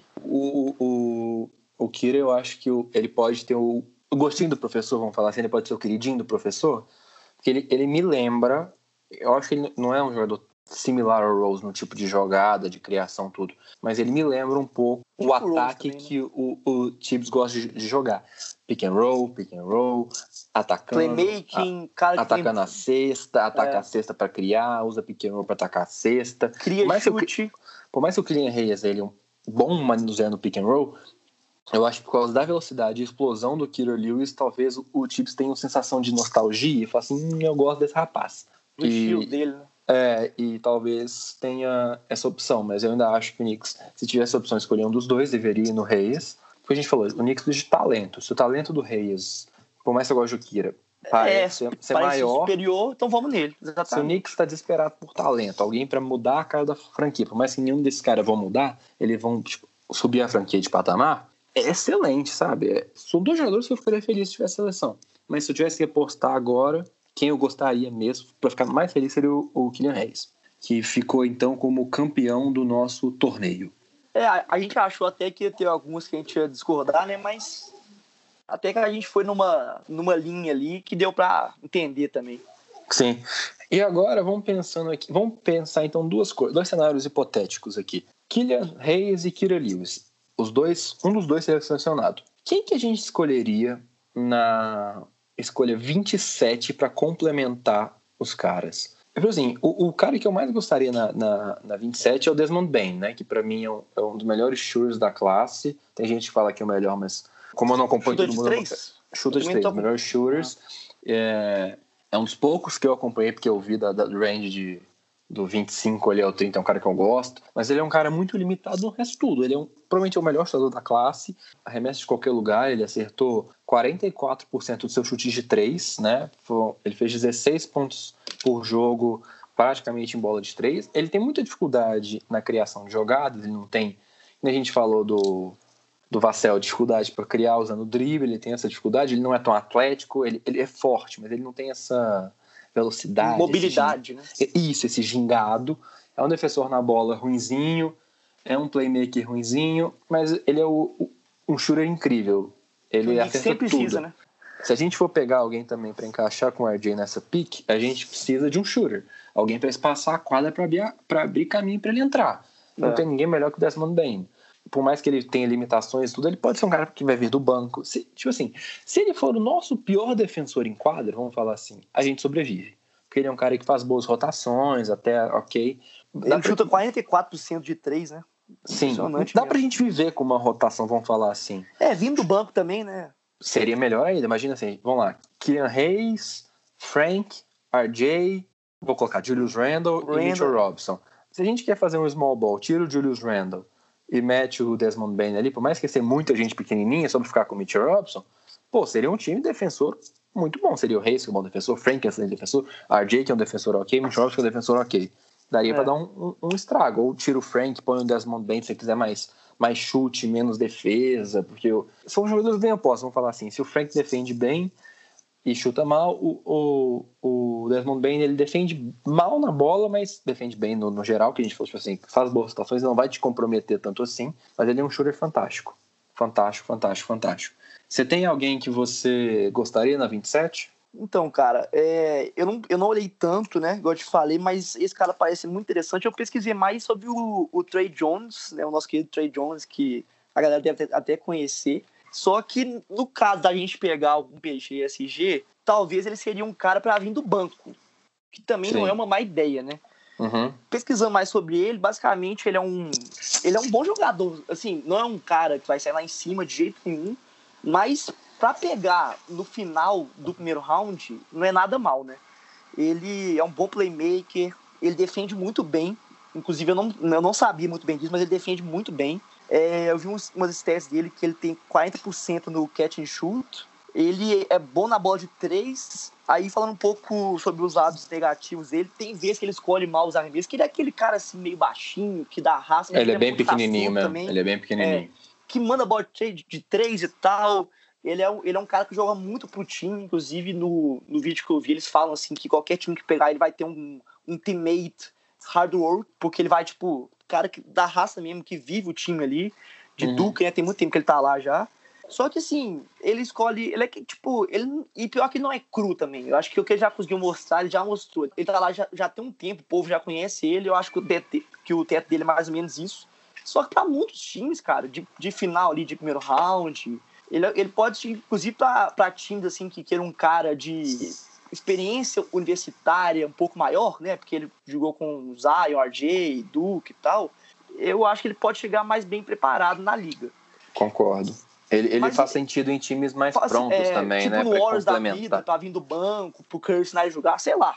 o Kira, eu acho que ele pode ter o gostinho do professor, vamos falar assim, ele pode ser o queridinho do professor, porque ele me lembra, eu acho que ele não é um jogador similar ao Rose no tipo de jogada, de criação, tudo, mas ele me lembra um pouco o ataque também, né? Que o Tibbs gosta de jogar. Pick and roll, atacando, playmaking, cara que atacando a cesta, ataca a cesta para criar, usa pick and roll para atacar a cesta. Cria chute. Por mais que o Killian Hayes ele é um bom manuseando pick and roll, eu acho que por causa da velocidade e explosão do Kira Lewis, talvez o Tibbs tenha uma sensação de nostalgia e fala assim, eu gosto desse rapaz. O estilo dele, né? E talvez tenha essa opção, mas eu ainda acho que o Knicks, se tivesse a opção de escolher um dos dois, deveria ir no Reyes. Porque a gente falou, o Knicks precisa de talento. Se o talento do Reyes, por mais que eu goste do Kira, parece maior, superior, então vamos nele. Exatamente. Se o Knicks está desesperado por talento, alguém para mudar a cara da franquia, por mais que nenhum desses caras vão mudar, eles vão subir a franquia de patamar, é excelente, sabe? São dois jogadores que eu ficaria feliz se tivesse seleção. Mas se eu tivesse que apostar agora, quem eu gostaria mesmo, para ficar mais feliz, seria o Killian Hayes, que ficou então como campeão do nosso torneio. A gente achou até que ia ter alguns que a gente ia discordar, né? Mas até que a gente foi numa linha ali que deu para entender também. Sim. E agora vamos pensar então dois cenários hipotéticos aqui. Killian Hayes e Kira Lewis. Um dos dois seria selecionado. Quem que a gente escolheria escolha 27 para complementar os caras. Assim, o cara que eu mais gostaria na 27 é o Desmond Bane, né? Que pra mim é um dos melhores shooters da classe. Tem gente que fala que é o melhor, mas como eu não acompanho todo mundo... Chuta de 3, melhores shooters. É um dos poucos que eu acompanhei, porque eu vi da range do 25 ali ao 30, é um cara que eu gosto. Mas ele é um cara muito limitado no resto de tudo. Ele provavelmente é o melhor chutador da classe. Arremessa de qualquer lugar. Ele acertou 44% dos seus chutes de 3, né? Ele fez 16 pontos por jogo, praticamente em bola de 3. Ele tem muita dificuldade na criação de jogadas. Ele não tem... A gente falou do Vassell, dificuldade para criar usando o drible, ele tem essa dificuldade, ele não é tão atlético, ele é forte, mas ele não tem essa velocidade. Mobilidade, né? Esse gingado. É um defensor na bola ruinzinho, é um playmaker ruinzinho, mas ele é um shooter incrível. Ele acerta sempre tudo. precisa, né? Se a gente for pegar alguém também para encaixar com o RJ nessa pick, a gente precisa de um shooter. Alguém para espaçar a quadra para abrir caminho para ele entrar. Não tem ninguém melhor que o Desmond Bane. Por mais que ele tenha limitações e tudo, ele pode ser um cara que vai vir do banco. Se ele for o nosso pior defensor em quadra, vamos falar assim, a gente sobrevive. Porque ele é um cara que faz boas rotações, até ok. Ele chuta 44% de 3, né? Sim, dá pra gente viver com uma rotação, vamos falar assim. Vindo do banco também, né? Seria melhor ainda, imagina assim, vamos lá. Kylian Hayes, Frank, RJ, vou colocar Julius Randle e Mitchell Robinson. Se a gente quer fazer um small ball, tira o Julius Randle e mete o Desmond Bane ali, por mais que seja muita gente pequenininha, só pra ficar com o Mitchell Robinson, seria um time defensor muito bom. Seria o Hayes, que é um bom defensor, Frank, que é um excelente defensor, RJ, que é um defensor ok, Mitchell Robinson, que é um defensor ok. Daria pra dar um estrago. Ou tira o Frank, põe o Desmond Bane, se você quiser mais chute, menos defesa, porque são jogadores bem opostos, vamos falar assim. Se o Frank defende bem e chuta mal, o Desmond Bane, ele defende mal na bola, mas defende bem no geral, que a gente falou, tipo assim, faz boas situações, não vai te comprometer tanto assim, mas ele é um shooter fantástico. Fantástico, fantástico, fantástico. Você tem alguém que você gostaria na 27? Então, cara, eu não olhei tanto, né, igual eu te falei, mas esse cara parece muito interessante. Eu pesquisei mais sobre o Trey Jones, né, o nosso querido Trey Jones, que a galera deve até conhecer. Só que no caso da gente pegar algum PGSG, talvez ele seria um cara para vir do banco, que também não é uma má ideia, né? Uhum. Pesquisando mais sobre ele, basicamente ele é um bom jogador. Assim, não é um cara que vai sair lá em cima de jeito nenhum, mas para pegar no final do primeiro round, não é nada mal, né? Ele é um bom playmaker, ele defende muito bem. Inclusive, eu não sabia muito bem disso, mas ele defende muito bem. Eu vi umas stats dele que ele tem 40% no catch and shoot. Ele é bom na bola de 3. Aí, falando um pouco sobre os lados negativos dele, tem vezes que ele escolhe mal os arremessos, que ele é aquele cara assim, meio baixinho, que dá raça. Ele é bem pequenininho mesmo. Também, ele é bem pequenininho. Que manda bola de 3 e tal. Ele é um cara que joga muito pro time. Inclusive, no vídeo que eu vi, eles falam assim que qualquer time que pegar ele vai ter um teammate hard work, porque ele vai, tipo, cara que dá raça mesmo, que vive o time ali, de Duke, né? Tem muito tempo que ele tá lá já. Só que, assim, ele escolhe... Ele é que, tipo... E pior que ele não é cru também. Eu acho que o que ele já conseguiu mostrar, ele já mostrou. Ele tá lá já tem um tempo, o povo já conhece ele. Eu acho que o teto dele é mais ou menos isso. Só que pra muitos times, cara, de final ali, de primeiro round... Ele pode, inclusive, pra times, assim, que queiram um cara de experiência universitária um pouco maior, né? Porque ele jogou com Zion, RJ, Duke e tal. Eu acho que ele pode chegar mais bem preparado na liga. Concordo. Ele faz sentido em times mais prontos também, tipo, né? Tipo no Warriors da vida, pra vir do banco, pro Curry Snyder jogar, sei lá.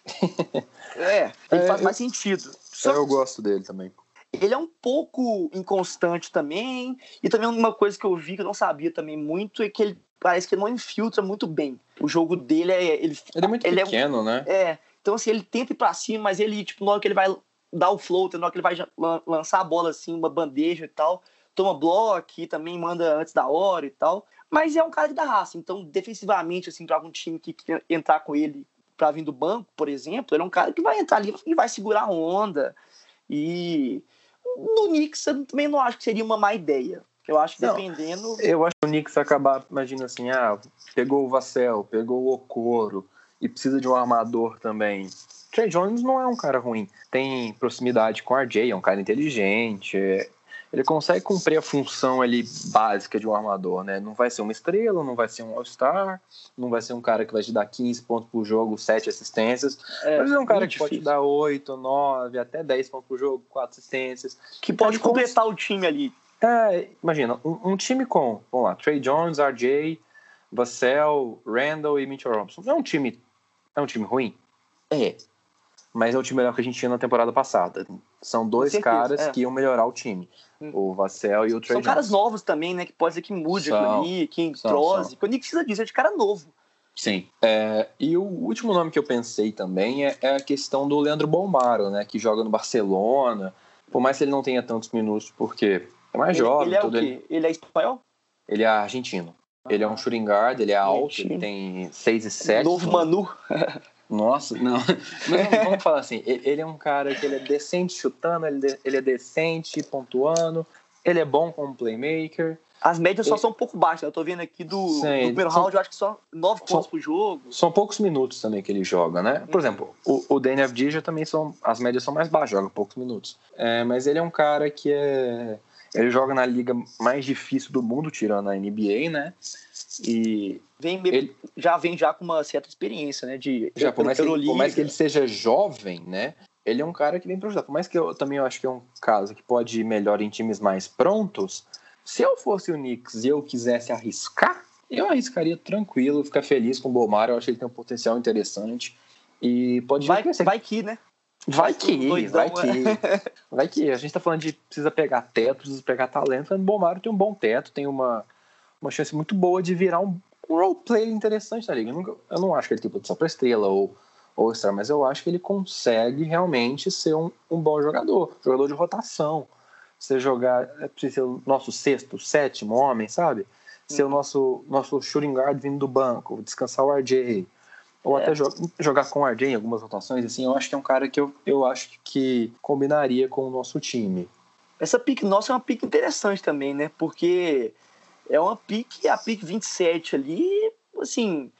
Ele faz mais sentido. Eu gosto dele também. Ele é um pouco inconstante também. E também uma coisa que eu vi, que eu não sabia também muito, é que ele parece que ele não infiltra muito bem. O jogo dele Ele é muito pequeno, né? Então, assim, ele tenta ir pra cima, mas ele, tipo, na hora que ele vai dar o floater, na hora que ele vai lançar a bola, assim, uma bandeja e tal, toma bloco e também manda antes da hora e tal. Mas é um cara que dá raça. Então, defensivamente, assim, pra algum time que quer entrar com ele pra vir do banco, por exemplo, ele é um cara que vai entrar ali e vai segurar a onda. E no Knicks eu também não acho que seria uma má ideia. Eu acho que dependendo... Eu acho que o Knicks acabar, imagina assim, pegou o Vassell, pegou o Okoro e precisa de um armador também. Trey Jones não é um cara ruim. Tem proximidade com o RJ, é um cara inteligente. ele consegue cumprir a função ali básica de um armador, né? Não vai ser uma estrela, não vai ser um All-Star, não vai ser um cara que vai te dar 15 pontos por jogo, 7 assistências, mas é um cara que pode te dar 8, 9, até 10 pontos por jogo, 4 assistências. Que pode completar o time ali. Imagina, um time com, vamos lá, Trey Jones, RJ, Vassell, Randall e Mitchell Robinson. É um time ruim? Mas é o time melhor que a gente tinha na temporada passada. São dois caras que iam melhor o time. O Vassell e o Trey Jones. São caras novos também, né? Que pode ser que mude aquilo ali, que entrose. Porque o Knicks precisa disso, é de cara novo. Sim. E o último nome que eu pensei também é a questão do Leandro Bolmaro, né? Que joga no Barcelona. Por mais que ele não tenha tantos minutos, porque é mais jovem. Ele é o quê? Ele é espanhol? Ele é argentino. Ele é um shooting guard, ele é alto, ele tem 6'7". Novo Manu. Nossa, não. Mas vamos falar assim, ele é um cara que ele é decente chutando, ele é decente pontuando, ele é bom como playmaker. As médias só são um pouco baixas, eu tô vendo aqui do primeiro round, eu acho que só 9 pontos por jogo. São poucos minutos também que ele joga, né? Por exemplo, o Deni Avdija também as médias são mais baixas, joga poucos minutos. Mas ele é um cara que ele joga na liga mais difícil do mundo, tirando a NBA, né? E já vem com uma certa experiência, né? Por mais que ele seja jovem, né? Ele é um cara que vem para ajudar. Por mais que eu acho que é um caso que pode ir melhor em times mais prontos. Se eu fosse o Knicks e eu quisesse arriscar, eu arriscaria tranquilo, ficar feliz com o Bolmaro. Eu acho que ele tem um potencial interessante. E pode vai que, né? Vai que. A gente tá falando de precisa pegar teto, precisa pegar talento. O Bolmaro tem um bom teto, tem uma chance muito boa de virar um role player interessante na liga. Eu não acho que ele tem potencial para estrela ou star, mas eu acho que ele consegue realmente ser um bom jogador de rotação. Você jogar, precisa ser o nosso sexto, sétimo homem, sabe? Ser o nosso shooting guard vindo do banco, descansar o RJ. Ou até jogar com o RJ em algumas rotações, assim, eu acho que é um cara que eu acho que combinaria com o nosso time. Essa pick nossa é uma pick interessante também, né? Porque é uma pick, a pick 27 ali, assim...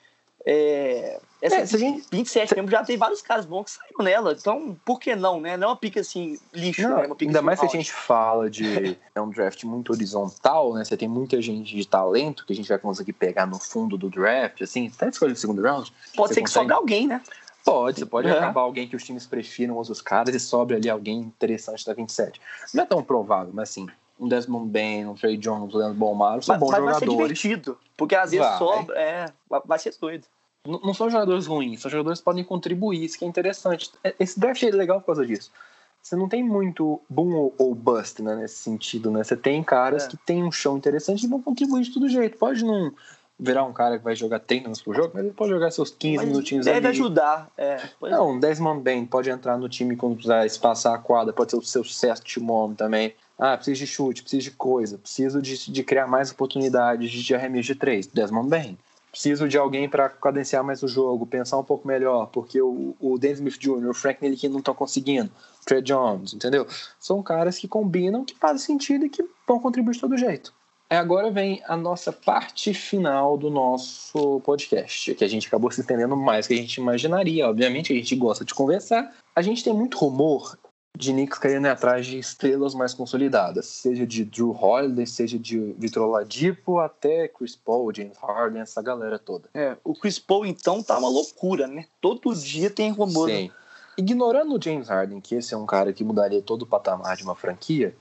Essa 27 mesmo já tem vários caras bons que saíram nela, então por que não, né? Não é uma pick assim, lixo, né? Uma pick ainda mais que a gente fala de um draft muito horizontal, né? Você tem muita gente de talento que a gente vai conseguir pegar no fundo do draft, assim, até escolher o segundo round. Pode ser que sobre alguém, né? Você pode acabar alguém que os times prefiram os caras e sobre ali alguém interessante da 27. Não é tão provável, mas assim, um Desmond Bane, um Trey Jones, um Leandro Bolmaro são bons jogadores. Vai ser divertido, porque às vezes sobra, vai ser doido. Não são jogadores ruins, são jogadores que podem contribuir, isso que é interessante. Esse draft é legal por causa disso. Você não tem muito boom ou bust, né, nesse sentido, né? Você tem caras que têm um chão interessante e vão contribuir de todo jeito. Pode não virar um cara que vai jogar 30 minutos por jogo, mas ele pode jogar seus 15 minutinhos ali. Deve ajudar. Um Desmond Bane pode entrar no time quando precisar espaçar a quadra, pode ser o seu sétimo homem também. Preciso de chute, preciso de coisa, preciso de criar mais oportunidades de arremesso de 3. Desmond Bane. Preciso de alguém para cadenciar mais o jogo, pensar um pouco melhor, porque o Dennis Smith Jr., o Frank Ntilikina não estão conseguindo, o Trey Jones, entendeu? São caras que combinam, que fazem sentido e que vão contribuir de todo jeito. Agora vem a nossa parte final do nosso podcast, que a gente acabou se estendendo mais do que a gente imaginaria. Obviamente, a gente gosta de conversar. A gente tem muito rumor de Knicks querendo ir atrás de estrelas mais consolidadas, seja de Drew Holiday, seja de Victor Oladipo, até Chris Paul, James Harden, essa galera toda. O Chris Paul, então, tá uma loucura, né? Todo dia tem rumor. Sim. Ignorando o James Harden, que esse é um cara que mudaria todo o patamar de uma franquia,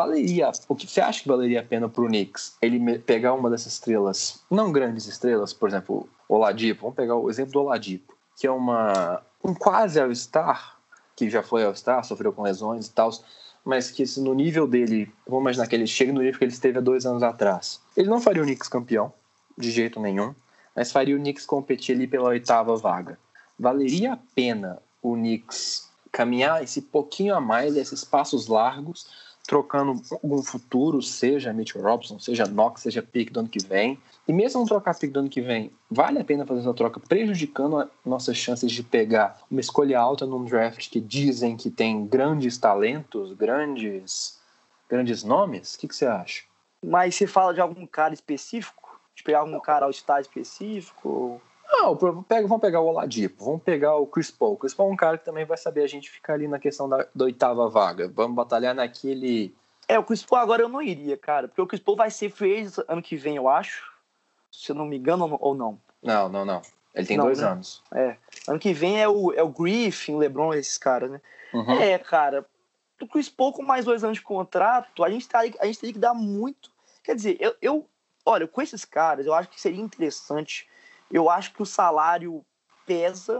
o que você acha que valeria a pena pro Knicks? Ele pegar uma dessas estrelas, não grandes estrelas, por exemplo, Oladipo, vamos pegar o exemplo do Oladipo, que é um quase All-Star, que já foi All-Star, sofreu com lesões e tal, mas que no nível dele, vamos imaginar que ele chega no nível que ele esteve há 2 anos atrás. Ele não faria o Knicks campeão, de jeito nenhum, mas faria o Knicks competir ali pela 8ª vaga. Valeria a pena o Knicks caminhar esse pouquinho a mais, esses passos largos, trocando algum futuro, seja Mitchell Robinson, seja Knox, seja pick do ano que vem. E mesmo não trocar pick do ano que vem, vale a pena fazer essa troca, prejudicando nossas chances de pegar uma escolha alta num draft que dizem que tem grandes talentos, grandes nomes? O que você acha? Mas você fala de algum cara específico? De pegar algum cara All-Star específico? Vamos pegar o Oladipo, vamos pegar o Chris Paul. O Chris Paul é um cara que também vai saber a gente ficar ali na questão da 8ª vaga. Vamos batalhar naquele O Chris Paul agora eu não iria, cara. Porque o Chris Paul vai ser free agent ano que vem, eu acho. Se eu não me engano ou não. Não. Ele tem 2 anos. Ano que vem é o Griffin, o LeBron, esses caras, né? Uhum. Cara. O Chris Paul com mais 2 anos de contrato, a gente teria que dar muito... Quer dizer, olha, com esses caras, eu acho que seria interessante. Eu acho que o salário pesa,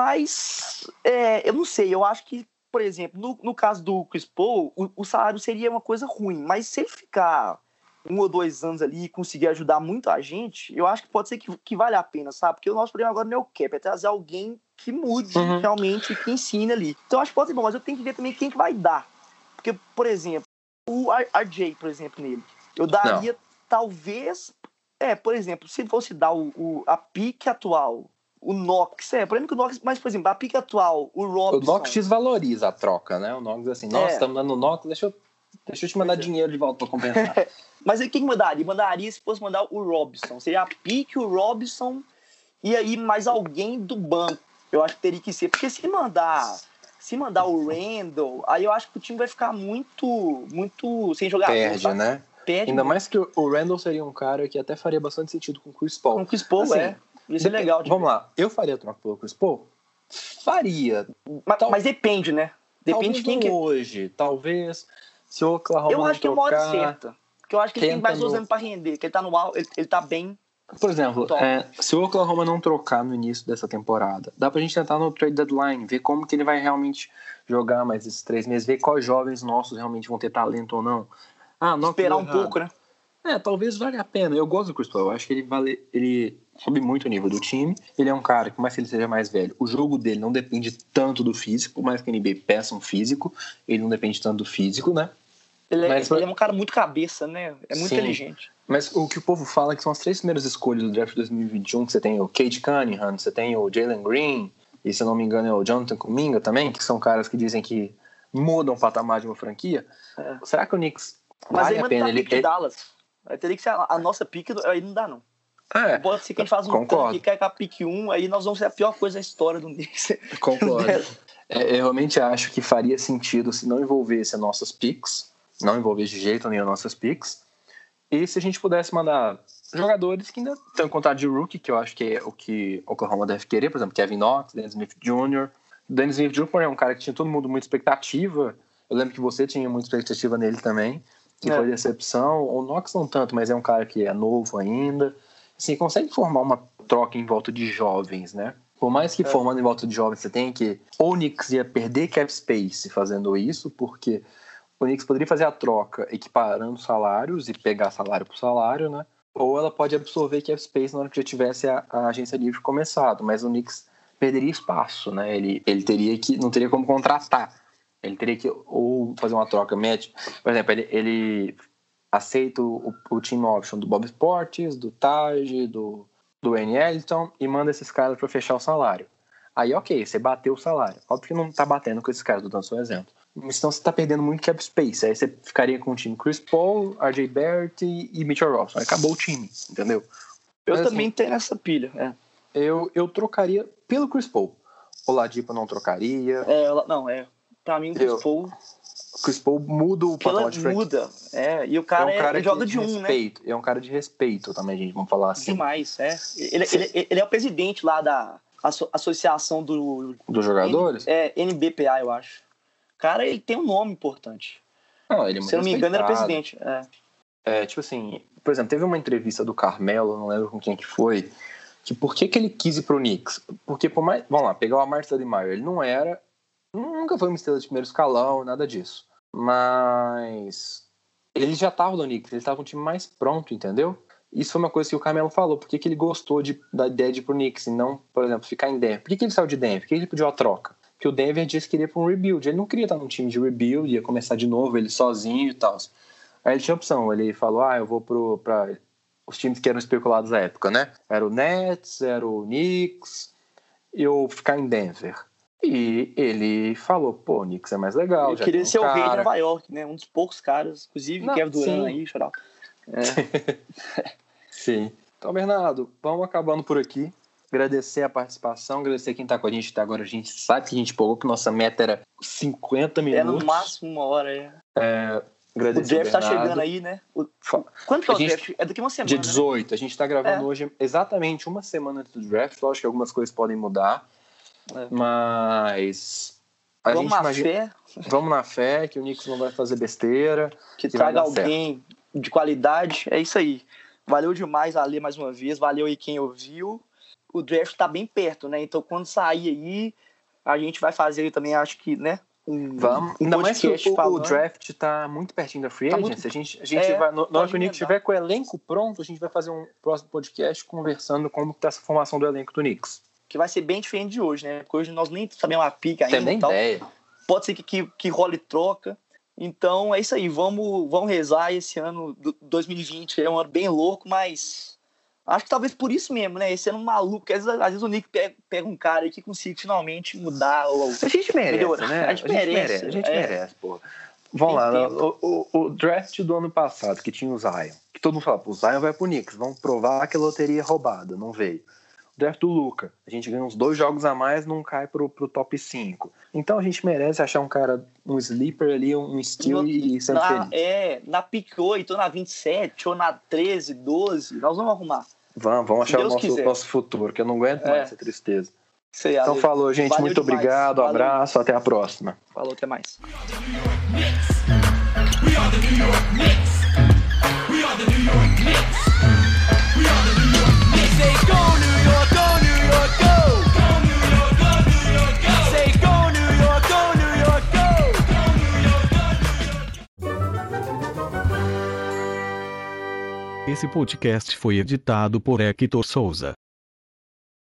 mas eu não sei, eu acho que, por exemplo, no caso do Chris Paul, o salário seria uma coisa ruim, mas se ele ficar 1 ou 2 anos ali e conseguir ajudar muito a gente, eu acho que pode ser que vale a pena, sabe? Porque o nosso problema agora não é o cap, é trazer alguém que mude realmente, que ensine ali. Então eu acho que pode ser bom, mas eu tenho que ver também quem que vai dar. Porque, por exemplo, o RJ, por exemplo, nele, eu daria talvez... por exemplo, se fosse dar a pique atual, o Knox, por exemplo que o Knox, mas, por exemplo, a pique atual, o Robson... O Knox desvaloriza a troca, né? O Knox assim, nossa, estamos dando o Knox, deixa eu te mandar dinheiro de volta para compensar. Mas aí quem mandaria? Mandaria se fosse mandar o Robson. Seria a pique, o Robson e aí mais alguém do banco. Eu acho que teria que ser. Porque se mandar o Randall, aí eu acho que o time vai ficar muito sem jogador. Perde, sabe? né? Perde ainda muito. Mais que o Randall seria um cara que até faria bastante sentido com o Chris Paul. Com o Chris Paul, assim, Ia ser legal. Vamos lá, eu faria a troca pelo Chris Paul? Faria. Mas depende, né? Depende de quem que... Hoje, talvez, se o Oklahoma eu acho que é uma hora certa. Porque eu acho que ele tem mais 2 anos pra render, que ele tá no alto, ele tá bem. Por exemplo, se o Oklahoma não trocar no início dessa temporada, dá pra gente tentar no trade deadline, ver como que ele vai realmente jogar mais esses 3 meses, ver quais jovens nossos realmente vão ter talento ou não. Esperar um pouco, né? Talvez valha a pena. Eu gosto do Chris Paul, eu acho que ele sobe muito o nível do time. Ele é um cara que, por mais que ele seja mais velho, o jogo dele não depende tanto do físico, por mais que a NBA peça um físico, ele não depende tanto do físico, né? Ele é um cara muito cabeça, né? É muito inteligente. Mas o que o povo fala é que são as 3 primeiras escolhas do draft de 2021, que você tem o Cade Cunningham, você tem o Jalen Green, e se eu não me engano é o Jonathan Kuminga também, que são caras que dizem que mudam o patamar de uma franquia. Será que o Knicks vale a pena? Ele Dallas. Teria que ser a nossa pique, aí não dá, não. Pode ser que a gente faça um tanque que é a pique 1, aí nós vamos ser a pior coisa da história do Knicks. Concordo. Eu realmente acho que faria sentido se não envolvesse as nossas picks, não envolvesse de jeito nenhum as nossas picks, e se a gente pudesse mandar jogadores que ainda estão contrato de rookie, que eu acho que é o que Oklahoma deve querer, por exemplo, Kevin Knox, Dennis Smith Jr. Dennis Smith Jr. é um cara que tinha todo mundo muita expectativa. Eu lembro que você tinha muita expectativa nele também, que foi decepção. O Knox não tanto, mas é um cara que é novo ainda. Assim, consegue formar uma troca em volta de jovens, né? Por mais que formando em volta de jovens, você tem que... Ou o Knicks ia perder cap space fazendo isso, porque o Knicks poderia fazer a troca equiparando salários e pegar salário por salário, né? Ou ela pode absorver cap space na hora que já tivesse a agência livre começado, mas o Knicks perderia espaço, né? Ele teria que... Não teria como contratar. Ele teria que ou fazer uma troca média. Por exemplo, ele aceita o team option do Bob Portis, do Taj, do Wayne Ellington e manda esses caras para fechar o salário. Aí, ok, você bateu o salário. Óbvio que não tá batendo com esses caras, tô dando só um exemplo. Então você tá perdendo muito cap space. Aí você ficaria com o time Chris Paul, RJ Barrett e Mitchell Robinson. Aí acabou o time, entendeu? Eu também tenho essa pilha. Eu trocaria pelo Chris Paul. O Ladipo não trocaria. Pra mim, o Chris Paul muda o patamar de franquia. Muda, e o cara, ele joga de respeito, né? É um cara de respeito também, gente, vamos falar assim. Demais, Ele é o presidente lá da associação dos jogadores? NBPA, eu acho. O cara, ele tem um nome importante. Não, ele é muito Se eu não me engano, ele era presidente. Tipo assim, por exemplo, teve uma entrevista do Carmelo, não lembro com quem que foi, que por que ele quis ir pro Knicks? Porque, por mais... Vamos lá, pegar o Amar Stoudemire, ele nunca foi uma estrela de primeiro escalão, nada disso. Mas ele já estava no Knicks, ele estava com um time mais pronto, entendeu? Isso foi uma coisa que o Carmelo falou. Por que ele gostou da ideia de ir pro Knicks e não, por exemplo, ficar em Denver? Por que ele saiu de Denver? Por que ele pediu a troca? Porque o Denver disse que queria ir para um rebuild. Ele não queria estar num time de rebuild, ia começar de novo, ele sozinho e tal. Aí ele tinha opção, ele falou, eu vou para os times que eram especulados na época, né? Era o Nets, era o Knicks, e eu ficar em Denver. E ele falou, o Knicks é mais legal. Ele queria ser o rei de Nova York, né? Um dos poucos caras, inclusive Kevin Durant aí, chorar. Sim. Então, Bernardo, vamos acabando por aqui. Agradecer a participação, agradecer quem tá com a gente até agora. A gente sabe que a gente empolgou, que nossa meta era 50 minutos. No máximo 1 hora, Agradecer o draft tá Bernardo. chegando aí, né? Quando que é o draft? É daqui uma semana, Dia 18. Né? A gente tá gravando hoje exatamente uma semana antes do draft. Lógico que algumas coisas podem mudar. Mas... Vamos na fé. Vamos na fé que o Knicks não vai fazer besteira. Que traga alguém de qualidade. É isso aí. Valeu demais, Ale, mais uma vez. Valeu aí quem ouviu. O draft tá bem perto, né? Então, quando sair aí, a gente vai fazer também, acho que, né? Vamos. Ainda mais que o draft tá muito pertinho da free agency. A gente vai, na hora que o Knicks estiver com o elenco pronto, a gente vai fazer um próximo podcast conversando como tá essa formação do elenco do Knicks. Que vai ser bem diferente de hoje, né? Porque hoje nós nem sabemos a pica ainda. Tem nem ideia. Pode ser que role troca. Então é isso aí. Vamos rezar. Esse ano 2020 é um ano bem louco, mas acho que talvez por isso mesmo, né? Esse ano maluco. Às vezes o Nick pega um cara aí que consiga finalmente mudar. A gente merece, né? A gente merece, pô. Vamos lá. O draft do ano passado, que tinha o Zion, que todo mundo fala, o Zion vai pro Knicks, vamos provar que a loteria é roubada. Não veio. Draft do Luka, a gente ganha uns 2 jogos a mais, não cai pro top 5. Então a gente merece achar um cara, um sleeper ali, um steal e ser feliz. Na pick 8, ou na 27, ou na 13, 12, nós vamos arrumar. Vamos achar o nosso futuro, que eu não aguento mais essa tristeza. Sei, então falou, gente, valeu muito demais. Obrigado, abraço, até a próxima. Falou, até mais. We are the New York Knicks. We are the New York Knicks. We are the New York Knicks. Say go New York, go New York, go. Go New York, go New York, go. Say go New York, go New York, go. Go New York, go New York. Esse podcast foi editado por Hector Souza.